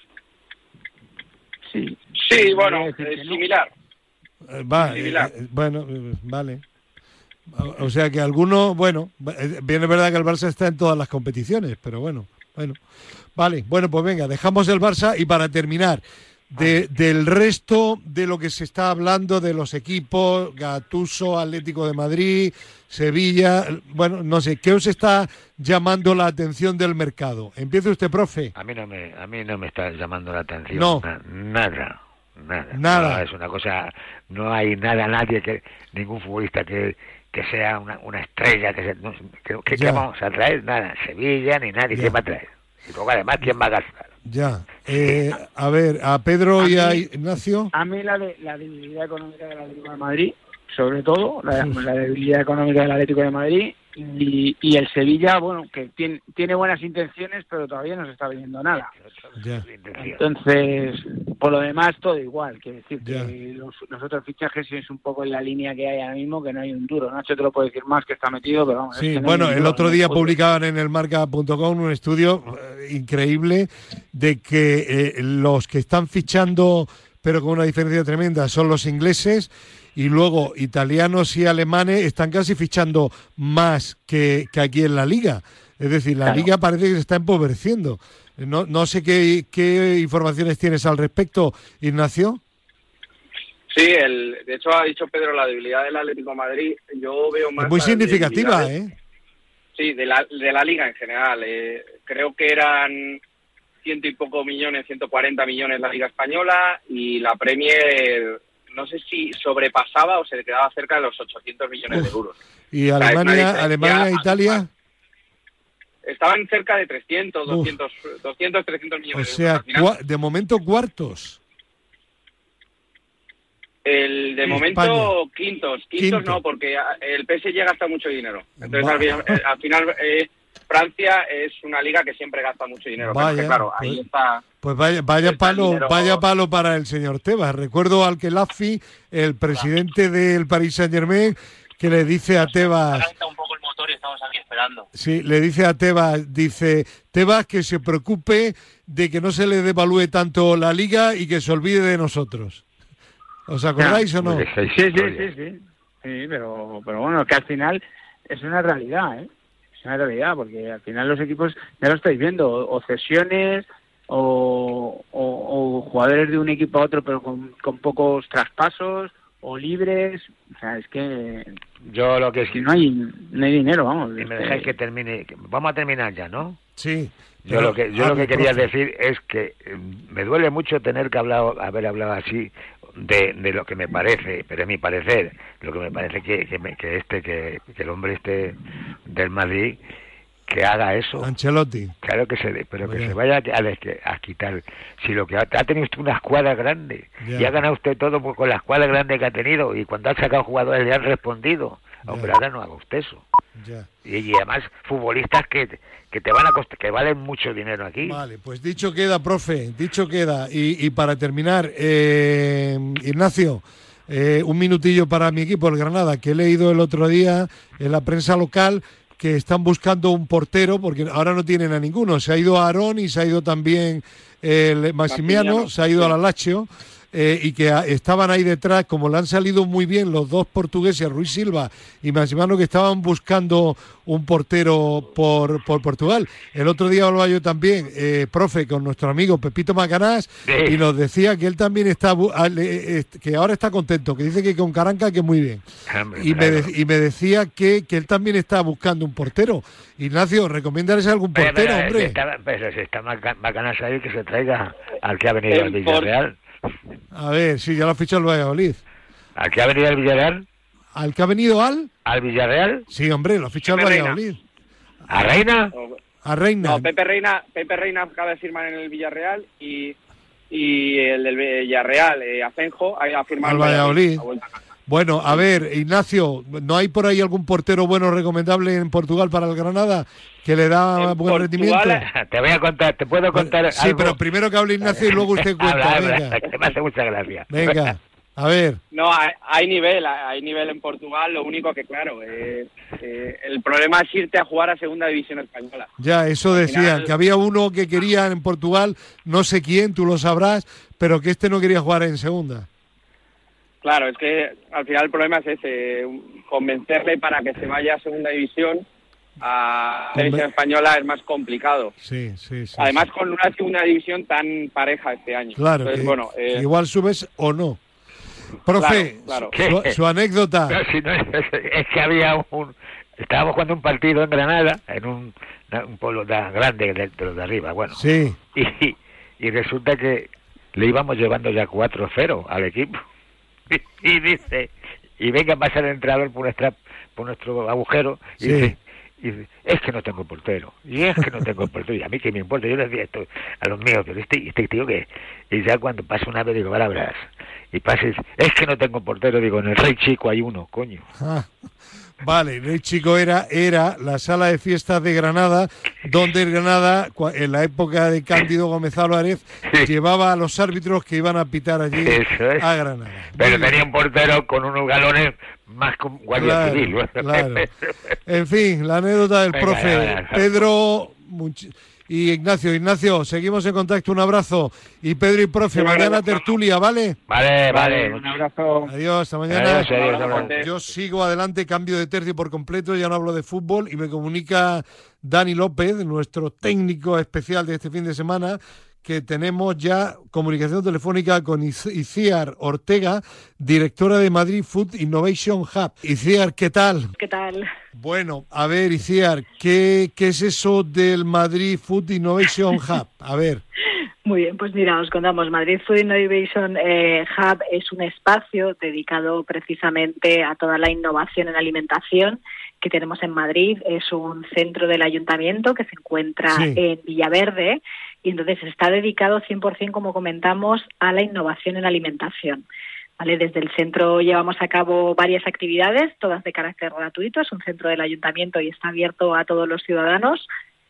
Sí, sí, bueno, es similar. Eh, va, similar. Eh, bueno, vale. O sea que alguno, bueno, bien es verdad que el Barça está en todas las competiciones, pero bueno, bueno. Vale, bueno, pues venga, dejamos el Barça y para terminar... De, del resto de lo que se está hablando de los equipos, Gattuso, Atlético de Madrid, Sevilla, bueno, no sé, ¿qué os está llamando la atención del mercado? Empiece usted, profe. A mí no me, a mí no me está llamando la atención. No. Nada, nada. Nada. No, es una cosa, no hay nada, nadie, que ningún futbolista que, que sea una, una estrella, que, se, no, que, que, que vamos a traer, nada, Sevilla ni nadie, ¿quién va a traer? Y luego además, ¿quién va a gastar? Ya, eh, a ver, a Pedro a y a mí, Ignacio. A mí la, de, la debilidad económica del Atlético de Madrid, sobre todo, la, la debilidad económica del Atlético de Madrid y, y el Sevilla, bueno, que tiene, tiene buenas intenciones, pero todavía no se está viendo nada. Ya. Entonces, por lo demás, todo igual. Quiere decir ya. que los, los otros fichajes es un poco en la línea que hay ahora mismo, que no hay un duro. Nacho te lo puede decir más, que está metido, pero vamos. Sí, es que no bueno, el otro día no publicaban en el marca punto com un estudio eh, increíble de que eh, los que están fichando, pero con una diferencia tremenda, son los ingleses. Y luego italianos y alemanes están casi fichando más que, que aquí en la Liga. Es decir, la claro. Liga parece que se está empobreciendo. No, no sé qué, qué informaciones tienes al respecto, Ignacio. Sí, el, de hecho ha dicho Pedro la debilidad del Atlético de Madrid. Yo veo más... Es muy significativa, ¿eh? Sí, de la, de la Liga en general. Eh, creo que eran ciento y poco millones, ciento cuarenta millones la Liga Española y la Premier... no sé si sobrepasaba o se quedaba cerca de los ochocientos millones Uf. de euros. ¿Y o sea, Alemania, Alemania e Italia? Estaban cerca de trescientos, doscientos, doscientos, trescientos millones o sea, de euros. De momento cuartos. El de momento España. quintos, quintos Quinto. no, porque el P S G gasta mucho dinero. Entonces al final, al final eh, Francia es una liga que siempre gasta mucho dinero. Vaya, pero que, claro, pues, ahí está. Pues vaya, vaya palo, dinero... vaya palo para el señor Tebas. Recuerdo al Khelafi, el presidente claro. del Paris Saint-Germain, que le dice a Tebas. Un poco el motor y estamos aquí esperando. Sí, le dice a Tebas, dice Tebas que se preocupe de que no se le devalúe tanto la liga y que se olvide de nosotros. ¿Os acordáis o no? Sí, sí, sí, sí. Sí, pero, pero bueno, que al final es una realidad, ¿eh? Es una realidad, porque al final los equipos, ya lo estáis viendo, o cesiones, o, o, o jugadores de un equipo a otro, pero con, con pocos traspasos, o libres, o sea, es que... Yo lo que es que no hay, no hay dinero, vamos. Si me dejáis que termine, que vamos a terminar ya, ¿no? Sí. Yo lo que yo lo que quería decir es que me duele mucho tener que hablar, haber hablado así de, de lo que me parece, pero es mi parecer, lo que me parece que, que, me, que este, que, que el hombre este del Madrid, que haga eso. Ancelotti. Claro que se, pero que Bien. se vaya a, a quitar. Si lo que ha, ha tenido usted una escuadra grande, Ya. y ha ganado usted todo pues, con la escuadra grande que ha tenido, y cuando ha sacado jugadores le han respondido. Ya. Hombre, ahora no haga usted eso. Ya. Y, y además futbolistas que, que te van a costar, que valen mucho dinero aquí. Vale, pues dicho queda, profe, dicho queda. Y, y para terminar, eh, Ignacio, eh, un minutillo para mi equipo, el Granada, que he leído el otro día en la prensa local que están buscando un portero, porque ahora no tienen a ninguno. Se ha ido Aarón y se ha ido también el Maximiano, Maximiano, se ha ido sí. a la Lazio. Eh, y que a, estaban ahí detrás, como le han salido muy bien los dos portugueses, Ruiz Silva y Maximiano, que estaban buscando un portero por, por Portugal. El otro día hablaba yo también, eh, profe, con nuestro amigo Pepito Macanás, Sí. y nos decía que él también está, bu- al- eh, eh, que ahora está contento, que dice que con Caranca que muy bien. Hombre, Y me, claro. de- y me decía que, que él también está buscando un portero. Ignacio, recomiéndales algún Pero, portero, pero, hombre. Está, pero si está Maca- Bacanas ahí, que se traiga al que ha venido El al Villarreal. A ver, sí, ya lo ha fichado el Valladolid. ¿Al que ha venido al Villarreal? ¿Al que ha venido al? ¿Al Villarreal? Sí, hombre, lo ha fichado el Pepe Reina. Valladolid. ¿A Reina? A Reina. No, Pepe Reina, Pepe Reina acaba de firmar en el Villarreal y, y el del Villarreal, eh, Asenjo, ha firmado Al en Valladolid. Ha vuelto a casa. Bueno, a ver, Ignacio, ¿no hay por ahí algún portero bueno recomendable en Portugal para el Granada que le da En buen Portugal, rendimiento? Te voy a contar, te puedo contar Sí, algo. pero primero que hable Ignacio y luego usted cuenta. Habla, habla, Venga, que me hace mucha gracia. venga, a ver. No, hay, hay nivel, hay nivel en Portugal, lo único que, claro, eh, eh, el problema es irte a jugar a Segunda División Española. Ya, eso decían, final- que había uno que quería en Portugal, no sé quién, tú lo sabrás, pero que este no quería jugar en segunda. Claro, es que al final el problema es ese, un- convencerle para que se vaya a Segunda División, a Conven- División Española es más complicado. Sí, sí, sí. Además, sí. con una Segunda División tan pareja este año. Claro, Entonces, que, bueno, eh, que igual subes o no. Profe, Claro, claro. Su, su anécdota. No, si no, es, es que había un... Estábamos jugando un partido en Granada, en un, un pueblo tan grande de, de los de arriba, bueno. Sí, Y, y resulta que le íbamos llevando ya cuatro cero al equipo. Y, y dice, y venga a pasar el entrenador por, nuestra, por nuestro agujero, y, Sí. dice, y dice, es que no tengo portero, y es que no tengo portero, y a mí que me importa, yo le decía esto a los míos, pero este, este tío que, y ya cuando pasa una vez digo, palabras, y pases, es que no tengo portero, digo, en el Rey Chico hay uno, coño. Ah, vale, el chico era, era la sala de fiestas de Granada, donde el Granada, cua- en la época de Cándido Gómez Álvarez, Sí. llevaba a los árbitros que iban a pitar allí Eso es. a Granada. Pero Muy tenía bien. un portero con unos galones más con guardia Claro, civil. claro. En fin, la anécdota del Venga, profe ya, ya. Pedro much- y Ignacio. Ignacio, seguimos en contacto, un abrazo. Y Pedro y profe, Sí, mañana vale, tertulia, ¿vale? Vale, vale. un abrazo. Adiós, hasta mañana. Adiós, adiós, Abrazo adiós. fuerte. Yo sigo adelante, cambio de tercio por completo, ya no hablo de fútbol y me comunica Dani López, nuestro técnico especial de este fin de semana, que tenemos ya comunicación telefónica con Iz- Iciar Ortega, directora de Madrid Food Innovation Hub. Iciar, ¿qué tal? ¿Qué tal? Bueno, a ver, Iciar, ¿qué, qué es eso del Madrid Food Innovation Hub? A ver. Muy bien, pues mira, os contamos. Madrid Food Innovation eh, Hub es un espacio dedicado precisamente a toda la innovación en alimentación que tenemos en Madrid. Es un centro del ayuntamiento que se encuentra Sí. en Villaverde y entonces está dedicado cien por ciento, como comentamos, a la innovación en alimentación. ¿Vale? Desde el centro llevamos a cabo varias actividades, todas de carácter gratuito. Es un centro del ayuntamiento y está abierto a todos los ciudadanos.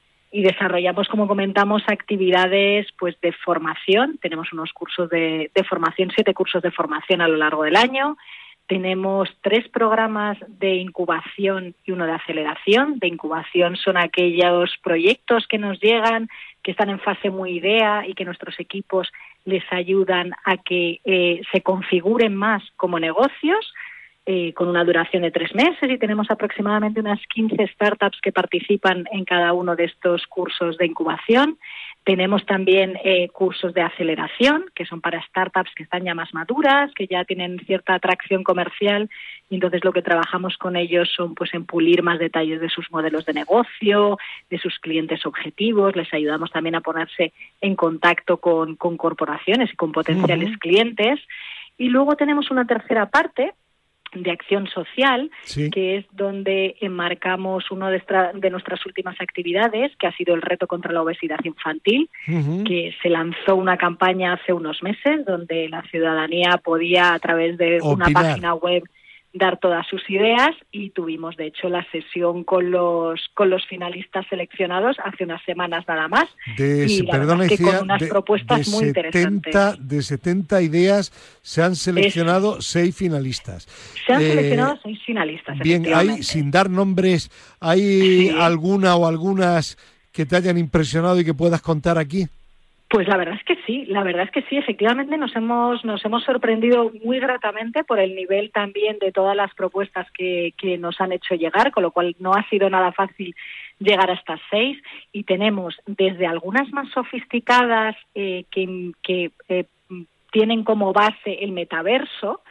Y desarrollamos, como comentamos, actividades pues de formación. Tenemos unos cursos de, de formación, siete cursos de formación a lo largo del año. Tenemos tres programas de incubación y uno de aceleración. De incubación son aquellos proyectos que nos llegan, que están en fase muy idea y que nuestros equipos les ayudan a que eh, se configuren más como negocios. Eh, con una duración de tres meses y tenemos aproximadamente unas quince startups que participan en cada uno de estos cursos de incubación. Tenemos también eh, cursos de aceleración, que son para startups que están ya más maduras, que ya tienen cierta atracción comercial, y entonces lo que trabajamos con ellos son pues en pulir más detalles de sus modelos de negocio, de sus clientes objetivos. Les ayudamos también a ponerse en contacto con, con corporaciones y con potenciales Uh-huh. clientes. Y luego tenemos una tercera parte de acción social, sí. que es donde enmarcamos una de, de nuestras últimas actividades, que ha sido el reto contra la obesidad infantil, uh-huh. que se lanzó una campaña hace unos meses, donde la ciudadanía podía, a través de Opinar. una página web, dar todas sus ideas, y tuvimos de hecho la sesión con los con los finalistas seleccionados hace unas semanas nada más, de, y la perdona, verdad es que decía, con unas de, propuestas de muy setenta, interesantes. De setenta ideas se han seleccionado es, seis finalistas. Se han eh, seleccionado seis finalistas. Bien, hay, sin dar nombres, ¿hay sí. alguna o algunas que te hayan impresionado y que puedas contar aquí? Pues la verdad es que sí, la verdad es que sí, efectivamente nos hemos nos hemos sorprendido muy gratamente por el nivel también de todas las propuestas que, que nos han hecho llegar, con lo cual no ha sido nada fácil llegar a estas seis, y tenemos desde algunas más sofisticadas eh, que, que eh, tienen como base el metaverso,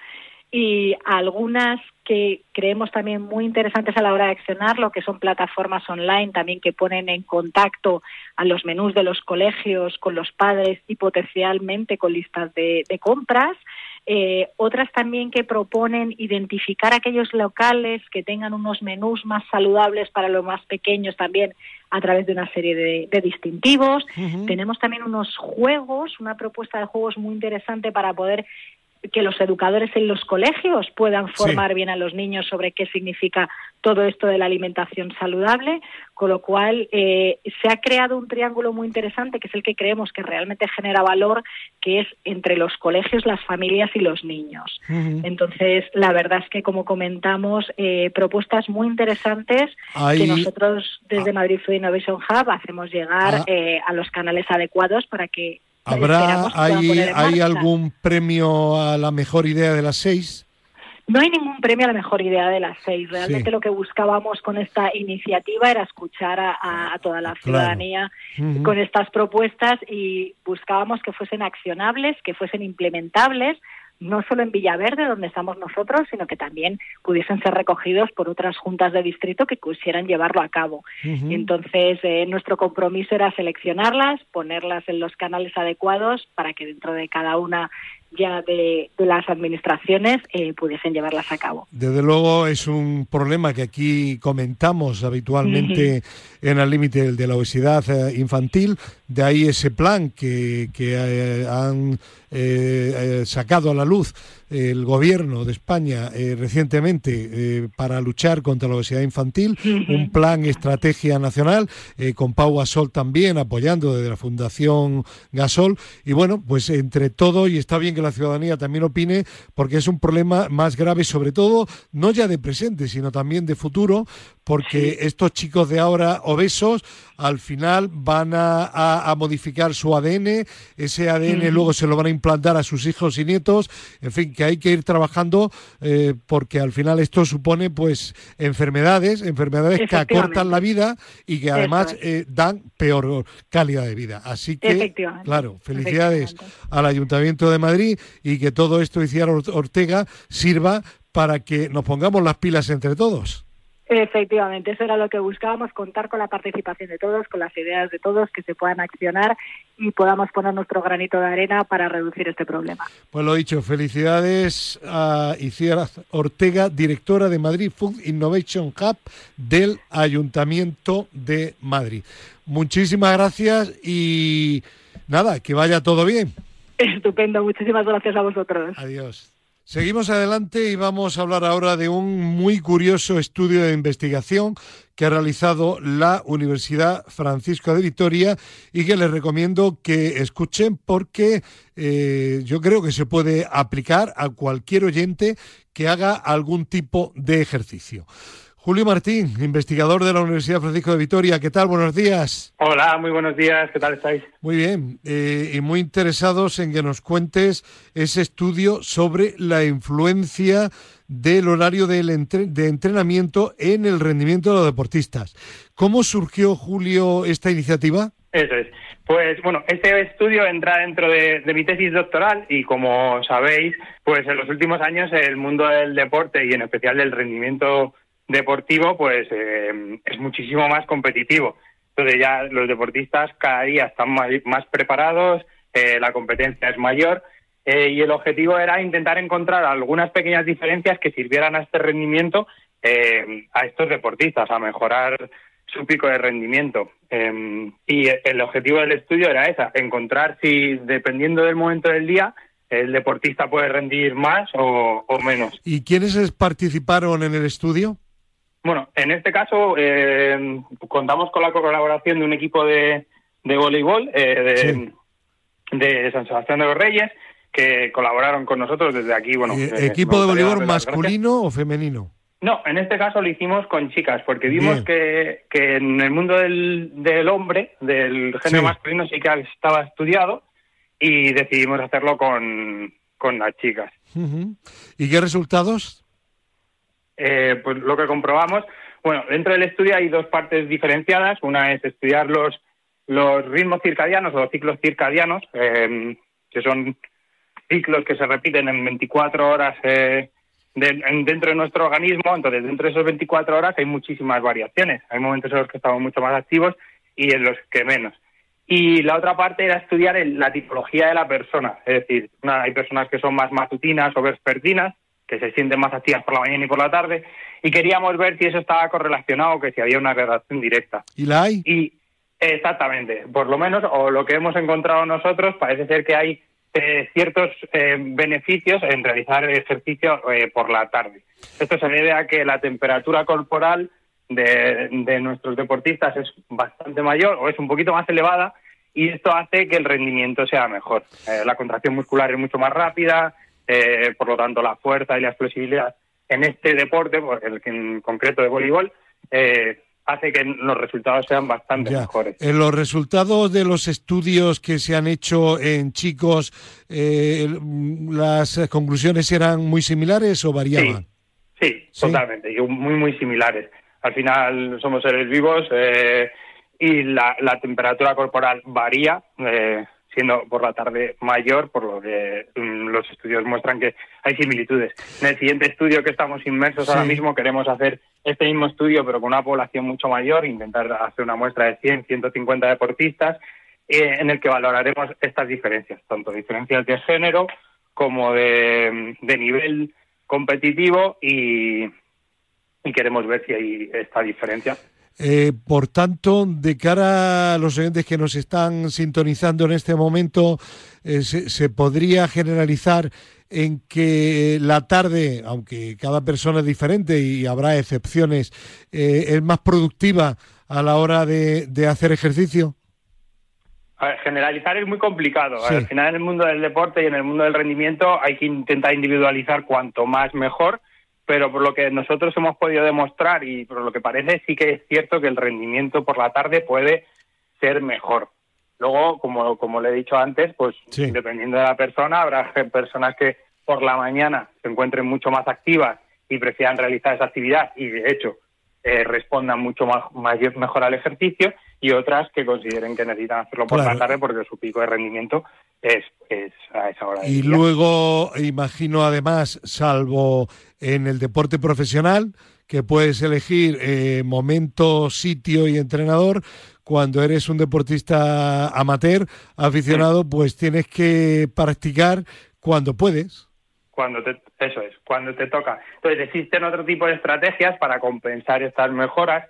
y algunas que creemos también muy interesantes a la hora de accionar, lo que son plataformas online también que ponen en contacto a los menús de los colegios con los padres y potencialmente con listas de, de compras. Eh, otras también que proponen identificar aquellos locales que tengan unos menús más saludables para los más pequeños también a través de una serie de, de distintivos. Uh-huh. Tenemos también unos juegos, una propuesta de juegos muy interesante para poder que los educadores en los colegios puedan formar sí. bien a los niños sobre qué significa todo esto de la alimentación saludable, con lo cual eh, se ha creado un triángulo muy interesante, que es el que creemos que realmente genera valor, que es entre los colegios, las familias y los niños. Uh-huh. Entonces, la verdad es que, como comentamos, eh, propuestas muy interesantes Ahí... que nosotros desde ah. Madrid Food Innovation Hub hacemos llegar ah. eh, a los canales adecuados para que ¿Habrá hay, hay algún premio a la mejor idea de las seis? No hay ningún premio a la mejor idea de las seis. Realmente sí. lo que buscábamos con esta iniciativa era escuchar a, a, a toda la ciudadanía claro. uh-huh. con estas propuestas, y buscábamos que fuesen accionables, que fuesen implementables, no solo en Villaverde, donde estamos nosotros, sino que también pudiesen ser recogidos por otras juntas de distrito que quisieran llevarlo a cabo. Uh-huh. Entonces, eh, nuestro compromiso era seleccionarlas, ponerlas en los canales adecuados para que dentro de cada una ya de, de las administraciones eh, pudiesen llevarlas a cabo. Desde luego es un problema que aquí comentamos habitualmente uh-huh. en el límite de la obesidad eh, infantil, de ahí ese plan que, que eh, han eh, eh, sacado a la luz el gobierno de España eh, recientemente eh, para luchar contra la obesidad infantil, uh-huh. un plan estrategia nacional, eh, con Pau Gasol también apoyando desde la Fundación Gasol, y bueno, pues entre todo, y está bien que la ciudadanía también opine, porque es un problema más grave, sobre todo, no ya de presente, sino también de futuro, porque sí. estos chicos de ahora obesos, al final van a, a, a modificar su A D N, ese A D N uh-huh. luego se lo van a implantar a sus hijos y nietos, en fin, que hay que ir trabajando eh, porque al final esto supone pues enfermedades, enfermedades que acortan la vida y que además es. eh, dan peor calidad de vida. Así que, claro, felicidades al Ayuntamiento de Madrid, y que todo esto, decía Ortega, sirva para que nos pongamos las pilas entre todos. Efectivamente, eso era lo que buscábamos, contar con la participación de todos, con las ideas de todos, que se puedan accionar y podamos poner nuestro granito de arena para reducir este problema. Pues lo dicho, felicidades a Itziar Ortega, directora de Madrid Food Innovation Hub del Ayuntamiento de Madrid. Muchísimas gracias y nada, que vaya todo bien. Estupendo, muchísimas gracias a vosotros. Adiós. Seguimos adelante y vamos a hablar ahora de un muy curioso estudio de investigación que ha realizado la Universidad Francisco de Vitoria y que les recomiendo que escuchen porque eh, yo creo que se puede aplicar a cualquier oyente que haga algún tipo de ejercicio. Julio Martín, investigador de la Universidad Francisco de Vitoria. ¿Qué tal? Buenos días. Hola, muy buenos días. ¿Qué tal estáis? Muy bien. Eh, y muy interesados en que nos cuentes ese estudio sobre la influencia del horario del entre- de entrenamiento en el rendimiento de los deportistas. ¿Cómo surgió, Julio, esta iniciativa? Eso es. Pues bueno, este estudio entra dentro de, de mi tesis doctoral y, como sabéis, pues en los últimos años el mundo del deporte y en especial del rendimiento deportivo pues eh, es muchísimo más competitivo. Entonces ya los deportistas cada día están más, más preparados, eh, la competencia es mayor eh, y el objetivo era intentar encontrar algunas pequeñas diferencias que sirvieran a este rendimiento, eh, a estos deportistas, a mejorar su pico de rendimiento. Eh, y el objetivo del estudio era esa, encontrar si, dependiendo del momento del día, el deportista puede rendir más o, o menos. ¿Y quiénes participaron en el estudio? Bueno, en este caso eh, contamos con la colaboración de un equipo de, de voleibol eh, de, sí. de San Sebastián de los Reyes, que colaboraron con nosotros desde aquí. Bueno, eh, ¿Equipo de voleibol masculino o femenino? No, en este caso lo hicimos con chicas, porque vimos que, que en el mundo del, del hombre, del género sí. masculino, sí que estaba estudiado, y decidimos hacerlo con, con las chicas. Uh-huh. ¿Y qué resultados? Eh, pues lo que comprobamos, bueno, dentro del estudio hay dos partes diferenciadas. Una es estudiar los, los ritmos circadianos o los ciclos circadianos, eh, que son ciclos que se repiten en veinticuatro horas eh, de, en, dentro de nuestro organismo. Entonces, dentro de esas veinticuatro horas hay muchísimas variaciones. Hay momentos en los que estamos mucho más activos y en los que menos. Y la otra parte era estudiar el, la tipología de la persona. Es decir, una, hay personas que son más matutinas o vespertinas, que se sienten más activas por la mañana y por la tarde, y queríamos ver si eso estaba correlacionado o que si había una relación directa. ¿Y la hay? Y exactamente, por lo menos, o lo que hemos encontrado nosotros, parece ser que hay eh, ciertos eh, beneficios en realizar ejercicio eh, por la tarde. Esto se debe a que la temperatura corporal de, de nuestros deportistas es bastante mayor o es un poquito más elevada, y esto hace que el rendimiento sea mejor. Eh, la contracción muscular es mucho más rápida, eh, por lo tanto la fuerza y la explosibilidad en este deporte, el que en concreto de voleibol, eh, hace que los resultados sean bastante ya. mejores. En los resultados de los estudios que se han hecho en chicos, eh, ¿las conclusiones eran muy similares o variaban? Sí, sí, sí, totalmente, muy, muy similares. Al final somos seres vivos eh, y la, la temperatura corporal varía, eh, siendo por la tarde mayor, por lo que um, los estudios muestran que hay similitudes. En el siguiente estudio que estamos inmersos sí. ahora mismo queremos hacer este mismo estudio, pero con una población mucho mayor, intentar hacer una muestra de cien, ciento cincuenta deportistas, eh, en el que valoraremos estas diferencias, tanto diferencias de género como de, de nivel competitivo, y, y queremos ver si hay esta diferencia. Eh, por tanto, de cara a los oyentes que nos están sintonizando en este momento, eh, se, se podría generalizar en que la tarde, aunque cada persona es diferente y habrá excepciones, eh, es más productiva a la hora de, de hacer ejercicio. A ver, generalizar es muy complicado. Sí. Al final, en el mundo del deporte y en el mundo del rendimiento hay que intentar individualizar cuanto más mejor, pero por lo que nosotros hemos podido demostrar y por lo que parece, sí que es cierto que el rendimiento por la tarde puede ser mejor. Luego, como, como le he dicho antes, pues sí. dependiendo de la persona, habrá personas que por la mañana se encuentren mucho más activas y prefieran realizar esa actividad y, de hecho, eh, respondan mucho más, mayor, mejor al ejercicio, y otras que consideren que necesitan hacerlo por claro. la tarde porque su pico de rendimiento es, es a esa hora del Y día. Luego, imagino además, salvo en el deporte profesional, que puedes elegir eh, momento, sitio y entrenador, cuando eres un deportista amateur, aficionado, sí. pues tienes que practicar cuando puedes. Cuando te, eso es, cuando te toca. Entonces existen otro tipo de estrategias para compensar estas mejoras,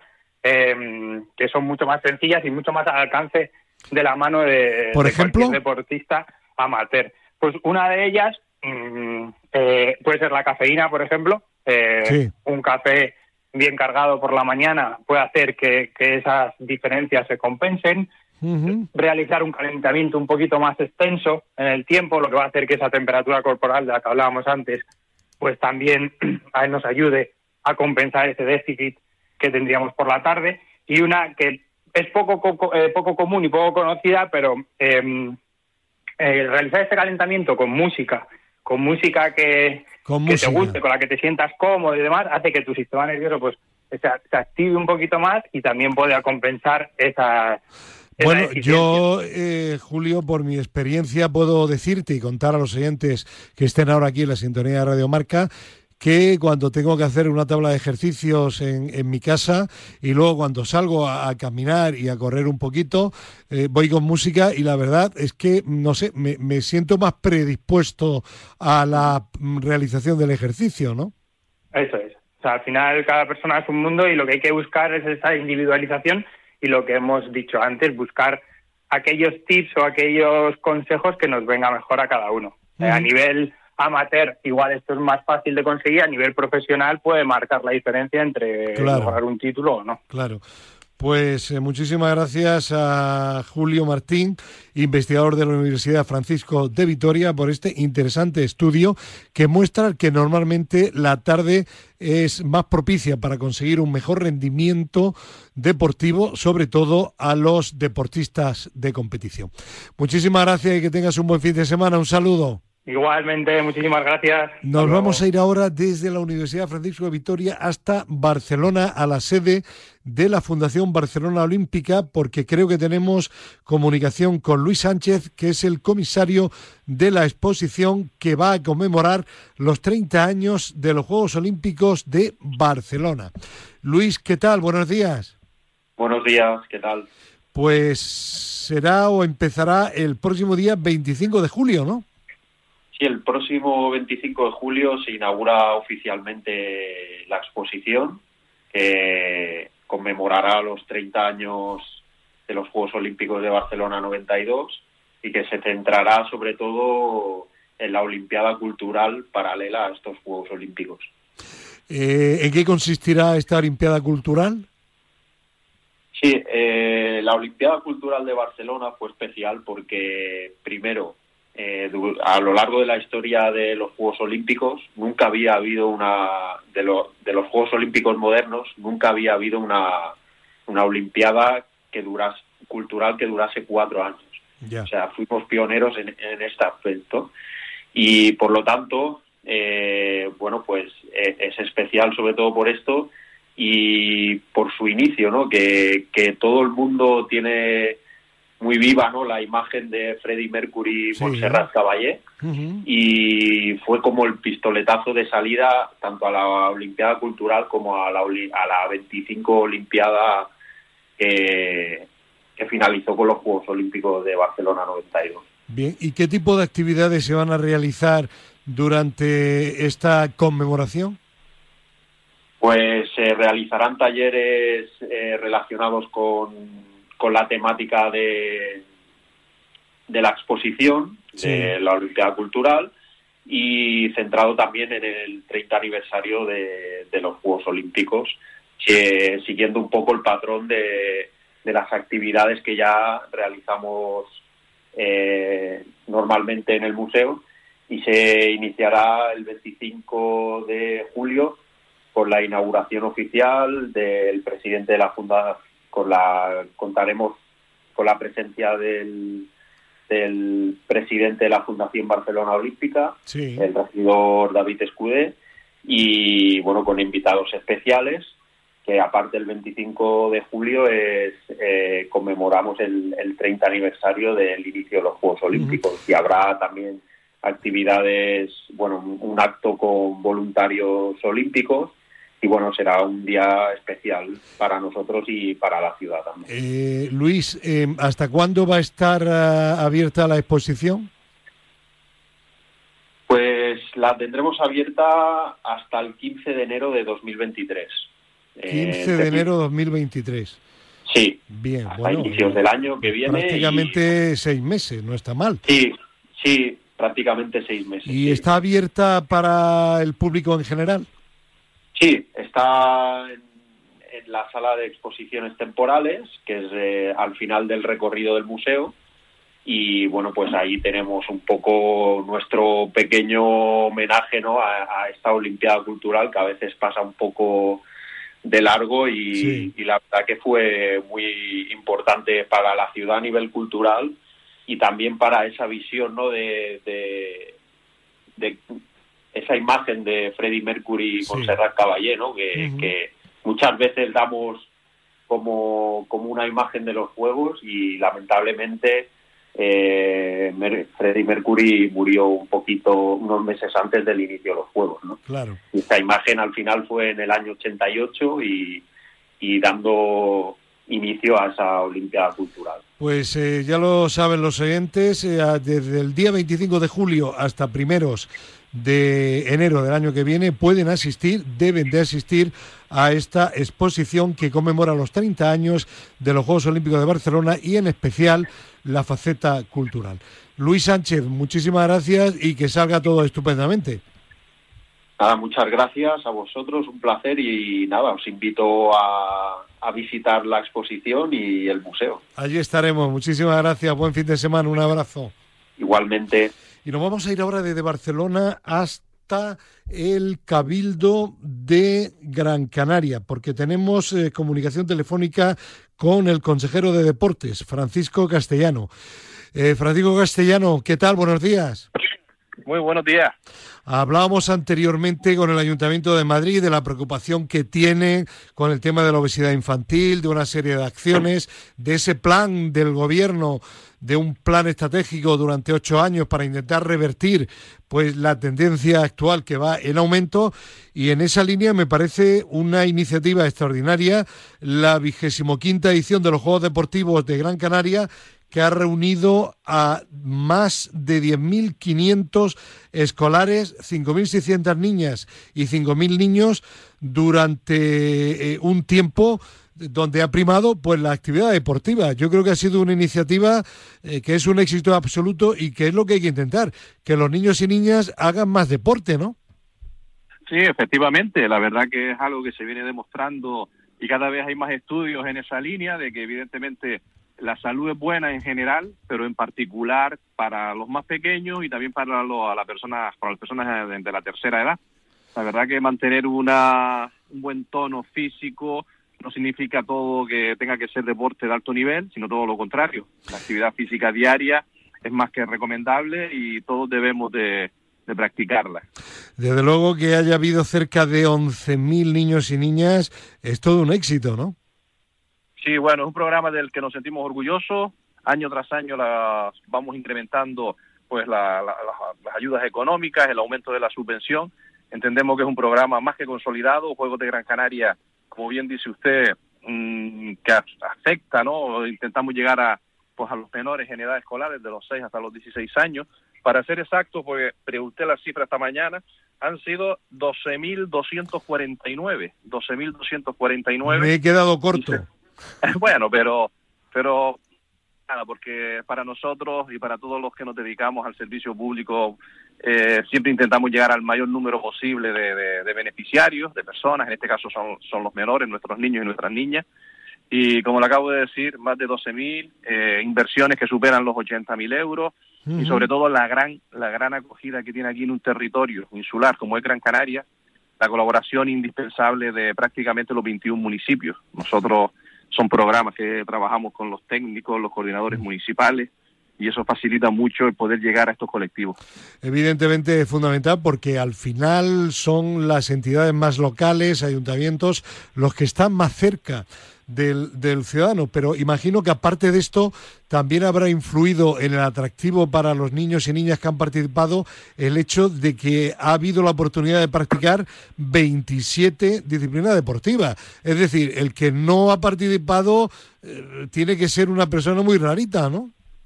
eh, que son mucho más sencillas y mucho más al alcance de la mano de, ¿Por de ejemplo? cualquier deportista amateur. Pues una de ellas mmm, eh, puede ser la cafeína, por ejemplo. Eh, sí. Un café bien cargado por la mañana puede hacer que, que esas diferencias se compensen. Uh-huh. Realizar un calentamiento un poquito más extenso en el tiempo, lo que va a hacer que esa temperatura corporal de la que hablábamos antes, pues también a él nos ayude a compensar ese déficit que tendríamos por la tarde. Y una que es poco co- eh, poco común y poco conocida, pero eh, eh, realizar este calentamiento con música, con música que, con que música. te guste, con la que te sientas cómodo y demás, hace que tu sistema nervioso pues se, se active un poquito más y también pueda compensar esa... Bueno, yo, eh, Julio, por mi experiencia puedo decirte y contar a los oyentes que estén ahora aquí en la sintonía de Radio Marca que cuando tengo que hacer una tabla de ejercicios en, en mi casa y luego cuando salgo a, a caminar y a correr un poquito, eh, voy con música y la verdad es que, no sé, me, me siento más predispuesto a la realización del ejercicio, ¿no? Eso es. O sea, al final cada persona es un mundo y lo que hay que buscar es esa individualización y lo que hemos dicho antes, buscar aquellos tips o aquellos consejos que nos venga mejor a cada uno. Uh-huh. Eh, a nivel amateur, igual esto es más fácil de conseguir, a nivel profesional puede marcar la diferencia entre claro. lograr un título o no. Claro. Pues eh, muchísimas gracias a Julio Martín, investigador de la Universidad Francisco de Vitoria, por este interesante estudio que muestra que normalmente la tarde es más propicia para conseguir un mejor rendimiento deportivo, sobre todo a los deportistas de competición. Muchísimas gracias y que tengas un buen fin de semana. Un saludo. Igualmente, muchísimas gracias. Nos vamos a ir ahora desde la Universidad Francisco de Vitoria hasta Barcelona, a la sede de la Fundación Barcelona Olímpica, porque creo que tenemos comunicación con Luis Sánchez, que es el comisario de la exposición que va a conmemorar los treinta años de los Juegos Olímpicos de Barcelona. Luis, ¿qué tal? Buenos días. Buenos días, ¿qué tal? Pues será o empezará el próximo día veinticinco de julio, ¿no? Sí, el próximo veinticinco de julio se inaugura oficialmente la exposición que conmemorará los treinta años de los Juegos Olímpicos de Barcelona noventa y dos y que se centrará sobre todo en la Olimpiada Cultural paralela a estos Juegos Olímpicos. Eh, ¿En qué consistirá esta Olimpiada Cultural? Sí, eh, la Olimpiada Cultural de Barcelona fue especial porque, primero, Eh, a lo largo de la historia de los Juegos Olímpicos nunca había habido una de, lo, de los Juegos Olímpicos modernos nunca había habido una una olimpiada que durase cultural que durase cuatro años. Yeah. O sea, fuimos pioneros en, en este aspecto y por lo tanto eh, bueno pues eh, es especial sobre todo por esto y por su inicio, ¿no? Que que todo el mundo tiene muy viva, ¿no? La imagen de Freddie Mercury y sí, Montserrat ¿eh? Caballé uh-huh. y fue como el pistoletazo de salida tanto a la Olimpiada Cultural como a la, a la veinticinco Olimpiada que, que finalizó con los Juegos Olímpicos de Barcelona noventa y dos. Bien, ¿y qué tipo de actividades se van a realizar durante esta conmemoración? Pues se eh, realizarán talleres eh, relacionados con con la temática de, de la exposición, sí. de la Olimpiada Cultural, y centrado también en el treinta aniversario de, de los Juegos Olímpicos, que, siguiendo un poco el patrón de, de las actividades que ya realizamos eh, normalmente en el museo, y se iniciará el veinticinco de julio con la inauguración oficial del presidente de la Fundación. Con la contaremos con la presencia del, del presidente de la Fundación Barcelona Olímpica, sí. el regidor David Escudé, y bueno, con invitados especiales, que aparte el veinticinco de julio es eh, conmemoramos el, el treinta aniversario del inicio de los Juegos Olímpicos, uh-huh. y habrá también actividades, bueno, un acto con voluntarios olímpicos. Y bueno, será un día especial para nosotros y para la ciudad también. Eh, Luis, eh, ¿hasta cuándo va a estar uh, abierta la exposición? Pues la tendremos abierta hasta el quince de enero de dos mil veintitrés. quince de enero de dos mil veintitrés. Sí, bien, hasta bueno, inicios del año que viene. Prácticamente y... seis meses, no está mal. Sí, sí, prácticamente seis meses. ¿Y sí. está abierta para el público en general? Sí, está en, en la sala de exposiciones temporales, que es eh, al final del recorrido del museo, y bueno, pues ahí tenemos un poco nuestro pequeño homenaje, ¿no? a, a esta Olimpiada Cultural que a veces pasa un poco de largo y, sí. y la verdad que fue muy importante para la ciudad a nivel cultural y también para esa visión, ¿no? de, de, de esa imagen de Freddie Mercury y sí. Montserrat Caballé, ¿no? Que, uh-huh. que muchas veces damos como, como una imagen de los Juegos y lamentablemente eh, Mer- Freddie Mercury murió un poquito, unos meses antes del inicio de los Juegos, ¿no? Claro. Y esta imagen al final fue en el año ochenta y ocho y, y dando inicio a esa Olimpiada Cultural. Pues eh, ya lo saben los oyentes, eh, desde el día veinticinco de julio hasta primeros de enero del año que viene pueden asistir, deben de asistir a esta exposición que conmemora los treinta años de los Juegos Olímpicos de Barcelona y en especial la faceta cultural. Luis Sánchez, muchísimas gracias y que salga todo estupendamente. Nada, muchas gracias a vosotros, un placer y nada, os invito a, a visitar la exposición y el museo. Allí estaremos, muchísimas gracias, buen fin de semana, un abrazo. Igualmente. Y nos vamos a ir ahora desde Barcelona hasta el Cabildo de Gran Canaria, porque tenemos eh, comunicación telefónica con el consejero de Deportes, Francisco Castellano. Eh, Francisco Castellano, ¿qué tal? Buenos días. Muy buenos días. Hablábamos anteriormente con el Ayuntamiento de Madrid de la preocupación que tiene con el tema de la obesidad infantil, de una serie de acciones, de ese plan del gobierno, de un plan estratégico durante ocho años para intentar revertir pues la tendencia actual que va en aumento, y en esa línea me parece una iniciativa extraordinaria la vigésimo quinta edición de los Juegos Deportivos de Gran Canaria, que ha reunido a más de diez mil quinientos escolares, cinco mil seiscientas niñas y cinco mil niños durante eh, un tiempo donde ha primado pues la actividad deportiva. Yo creo que ha sido una iniciativa eh, que es un éxito absoluto y que es lo que hay que intentar, que los niños y niñas hagan más deporte, ¿no? Sí, efectivamente, la verdad que es algo que se viene demostrando y cada vez hay más estudios en esa línea de que evidentemente la salud es buena en general, pero en particular para los más pequeños y también para, lo, a la persona, para las personas de, de la tercera edad. La verdad que mantener una, un buen tono físico no significa todo que tenga que ser deporte de alto nivel, sino todo lo contrario. La actividad física diaria es más que recomendable y todos debemos de, de practicarla. Desde luego que haya habido cerca de once mil niños y niñas es todo un éxito, ¿no? Sí, bueno, es un programa del que nos sentimos orgullosos. Año tras año la, vamos incrementando pues la, la, las, las ayudas económicas, el aumento de la subvención. Entendemos que es un programa más que consolidado. Juegos de Gran Canaria, como bien dice usted, mmm, que afecta, ¿no? Intentamos llegar a pues a los menores en edad escolar, desde los seis hasta los dieciséis años. Para ser exacto, pues pregunté la cifra esta mañana, han sido doce mil doscientos cuarenta y nueve. doce mil doscientos cuarenta y nueve. Me he quedado corto. Bueno, pero pero nada, porque para nosotros y para todos los que nos dedicamos al servicio público eh, siempre intentamos llegar al mayor número posible de, de, de beneficiarios, de personas, en este caso son, son los menores, nuestros niños y nuestras niñas, y como le acabo de decir, más de doce mil, eh, inversiones que superan los ochenta mil euros, uh-huh. Y sobre todo la gran, la gran acogida que tiene aquí en un territorio insular como es Gran Canaria, la colaboración indispensable de prácticamente los veintiún municipios. Nosotros son programas que trabajamos con los técnicos, los coordinadores municipales, y eso facilita mucho el poder llegar a estos colectivos. Evidentemente es fundamental porque al final son las entidades más locales, ayuntamientos, los que están más cerca del, del ciudadano, pero imagino que aparte de esto también habrá influido en el atractivo para los niños y niñas que han participado el hecho de que ha habido la oportunidad de practicar veintisiete disciplinas deportivas. Es decir, el que no ha participado eh, tiene que ser una persona muy rarita, ¿no?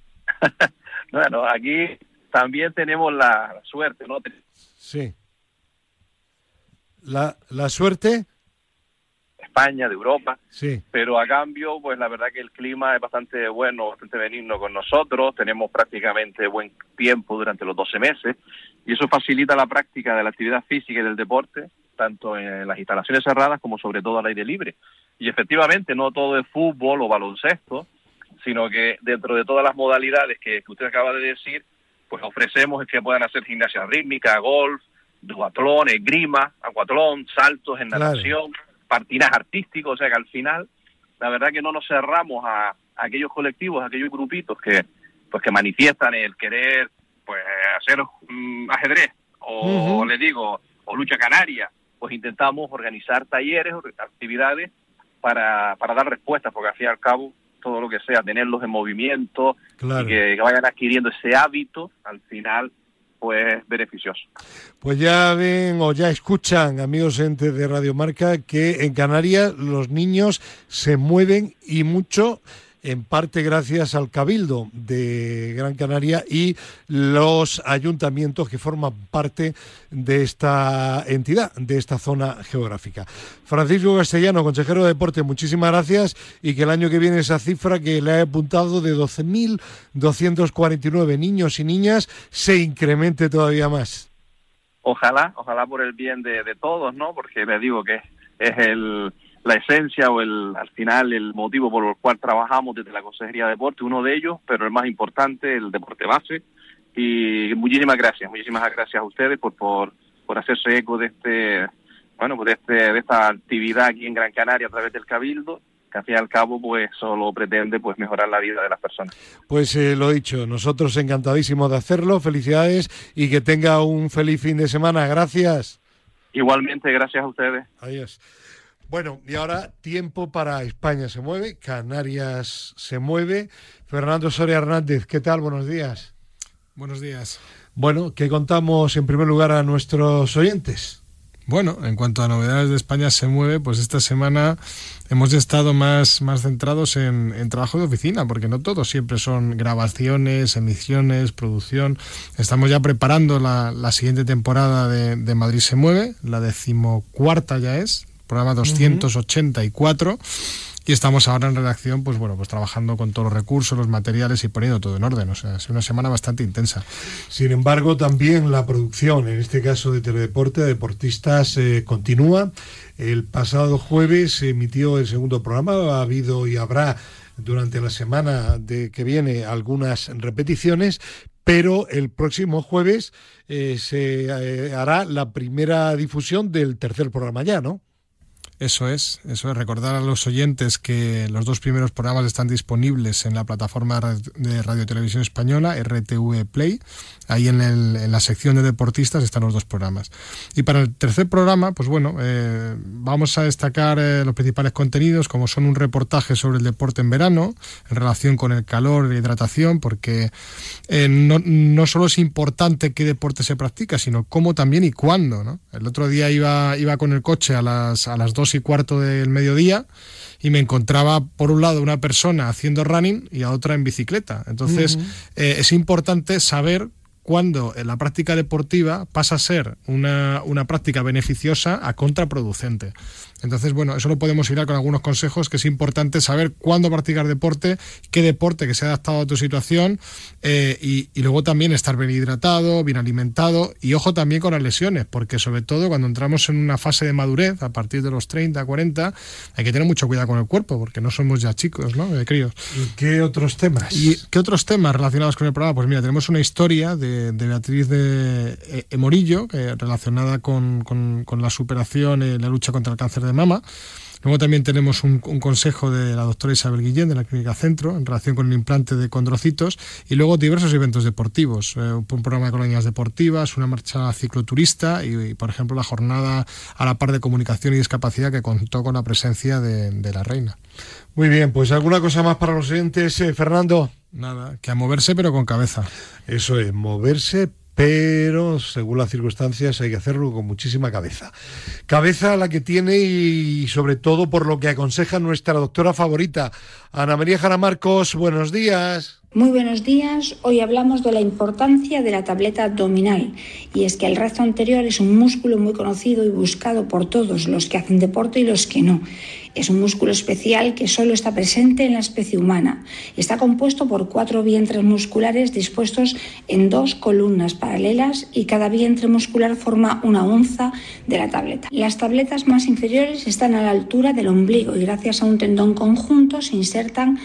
Bueno, aquí también tenemos la, la suerte, ¿no? Sí. La, la suerte... España, de Europa, sí. Pero a cambio, pues la verdad que el clima es bastante bueno, bastante benigno con nosotros, tenemos prácticamente buen tiempo durante los doce meses, y eso facilita la práctica de la actividad física y del deporte, tanto en las instalaciones cerradas como sobre todo al aire libre. Y efectivamente, no todo es fútbol o baloncesto, sino que dentro de todas las modalidades que, que usted acaba de decir, pues ofrecemos que puedan hacer gimnasia rítmica, golf, duatlón, esgrima, acuatlón, saltos en natación, claro. Patinaje artístico, o sea que al final, la verdad que no nos cerramos a, a aquellos colectivos, a aquellos grupitos que pues que manifiestan el querer pues hacer um, ajedrez, o uh-huh. le digo, o lucha canaria, pues intentamos organizar talleres, actividades para, para dar respuestas, porque al fin y al cabo todo lo que sea, tenerlos en movimiento, claro. y que, que vayan adquiriendo ese hábito, al final, pues beneficioso. Pues ya ven o ya escuchan, amigos entes de Radio Marca, que en Canarias los niños se mueven y mucho, en parte gracias al Cabildo de Gran Canaria y los ayuntamientos que forman parte de esta entidad, de esta zona geográfica. Francisco Castellano, consejero de Deporte, muchísimas gracias, y que el año que viene esa cifra que le he apuntado de doce mil doscientos cuarenta y nueve niños y niñas se incremente todavía más. Ojalá, ojalá por el bien de, de todos, ¿no? Porque les digo que es el... la esencia o el al final el motivo por el cual trabajamos desde la Consejería de Deporte, uno de ellos, pero el más importante, el deporte base. Y muchísimas gracias, muchísimas gracias a ustedes por por, por hacerse eco de este bueno pues de este de esta actividad aquí en Gran Canaria a través del Cabildo, que al fin y al cabo pues solo pretende pues mejorar la vida de las personas. Pues eh, lo dicho, nosotros encantadísimos de hacerlo, felicidades y que tenga un feliz fin de semana. Gracias. Igualmente, gracias a ustedes. Adiós. Bueno, y ahora tiempo para España se mueve, Canarias se mueve. Fernando Soria Hernández, ¿qué tal? Buenos días. Buenos días. Bueno, ¿qué contamos en primer lugar a nuestros oyentes? Bueno, en cuanto a novedades de España se mueve, pues esta semana hemos estado más, más centrados en, en trabajo de oficina, porque no todo siempre son grabaciones, emisiones, producción. Estamos ya preparando la, la siguiente temporada de, de Madrid se mueve, la decimocuarta ya es, programa doscientos ochenta y cuatro, uh-huh. Y estamos ahora en redacción, pues bueno, pues trabajando con todos los recursos, los materiales y poniendo todo en orden. O sea, es una semana bastante intensa. Sin embargo, también la producción, en este caso de Teledeporte, de deportistas, eh, continúa. El pasado jueves se emitió el segundo programa, ha habido y habrá durante la semana de que viene algunas repeticiones, pero el próximo jueves eh, se eh, hará la primera difusión del tercer programa ya, ¿no? Eso es, eso es, recordar a los oyentes que los dos primeros programas están disponibles en la plataforma de Radio Televisión Española, R T V Play. Ahí en, el, en la sección de deportistas están los dos programas. Y para el tercer programa, pues bueno, eh, vamos a destacar eh, los principales contenidos, como son un reportaje sobre el deporte en verano, en relación con el calor y la hidratación, porque eh, no, no solo es importante qué deporte se practica, sino cómo también y cuándo, ¿no? El otro día iba, iba con el coche a las, a las dos y cuarto del mediodía y me encontraba por un lado una persona haciendo running y a otra en bicicleta. Entonces, uh-huh. eh, es importante saber cuando la práctica deportiva pasa a ser una, una práctica beneficiosa a contraproducente. Entonces, bueno, eso lo podemos hilar con algunos consejos, que es importante saber cuándo practicar deporte, qué deporte que se ha adaptado a tu situación, eh, y, y luego también estar bien hidratado, bien alimentado, y ojo también con las lesiones, porque sobre todo cuando entramos en una fase de madurez, a partir de los treinta, cuarenta, hay que tener mucho cuidado con el cuerpo, porque no somos ya chicos, ¿no?, de críos. ¿Y qué otros temas? ¿Y qué otros temas relacionados con el programa? Pues mira, tenemos una historia de, de Beatriz de eh, Morillo, que relacionada con, con, con la superación y la lucha contra el cáncer de mama. Luego también tenemos un, un consejo de la doctora Isabel Guillén, de la Clínica Centro, en relación con el implante de condrocitos, y luego diversos eventos deportivos, eh, un programa de colonias deportivas, una marcha cicloturista y, y, por ejemplo, la jornada a la par de comunicación y discapacidad, que contó con la presencia de, de la reina. Muy bien, pues ¿alguna cosa más para los oyentes, eh, Fernando? Nada, que a moverse pero con cabeza. Eso es, moverse, pero según las circunstancias hay que hacerlo con muchísima cabeza. Cabeza la que tiene, y sobre todo por lo que aconseja nuestra doctora favorita, Ana María Jara Marcos. Buenos días. Muy buenos días. Hoy hablamos de la importancia de la tableta abdominal, y es que el recto anterior es un músculo muy conocido y buscado por todos los que hacen deporte y los que no. Es un músculo especial que solo está presente en la especie humana. Está compuesto por cuatro vientres musculares dispuestos en dos columnas paralelas, y cada vientre muscular forma una onza de la tableta. Las tabletas más inferiores están a la altura del ombligo y gracias a un tendón conjunto se insertan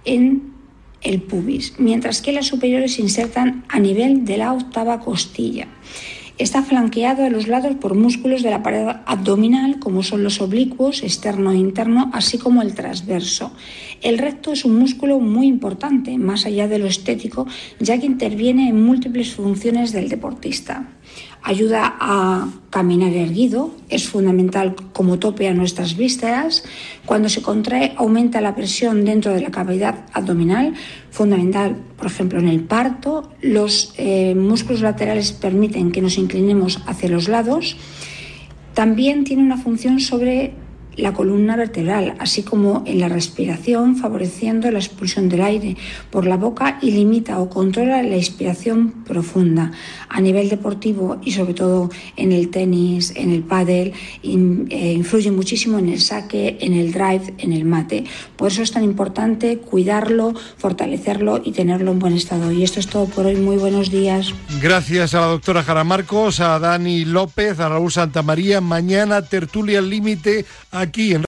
en el pubis, mientras que las superiores se insertan a nivel de la octava costilla. Está flanqueado a los lados por músculos de la pared abdominal, como son los oblicuos, externo e interno, así como el transverso. El recto es un músculo muy importante, más allá de lo estético, ya que interviene en múltiples funciones del deportista. Ayuda a caminar erguido, es fundamental como tope a nuestras vísceras. Cuando se contrae, aumenta la presión dentro de la cavidad abdominal, fundamental, por ejemplo, en el parto. Los eh, músculos laterales permiten que nos inclinemos hacia los lados. También tiene una función sobre la columna vertebral, así como en la respiración, favoreciendo la expulsión del aire por la boca y limita o controla la inspiración profunda. A nivel deportivo y sobre todo en el tenis, en el pádel, in, eh, influye muchísimo en el saque, en el drive, en el mate. Por eso es tan importante cuidarlo, fortalecerlo y tenerlo en buen estado. Y esto es todo por hoy. Muy buenos días. Gracias a la doctora Jara Marcos, a Dani López, a Raúl Santamaría. Mañana tertulia al límite aquí en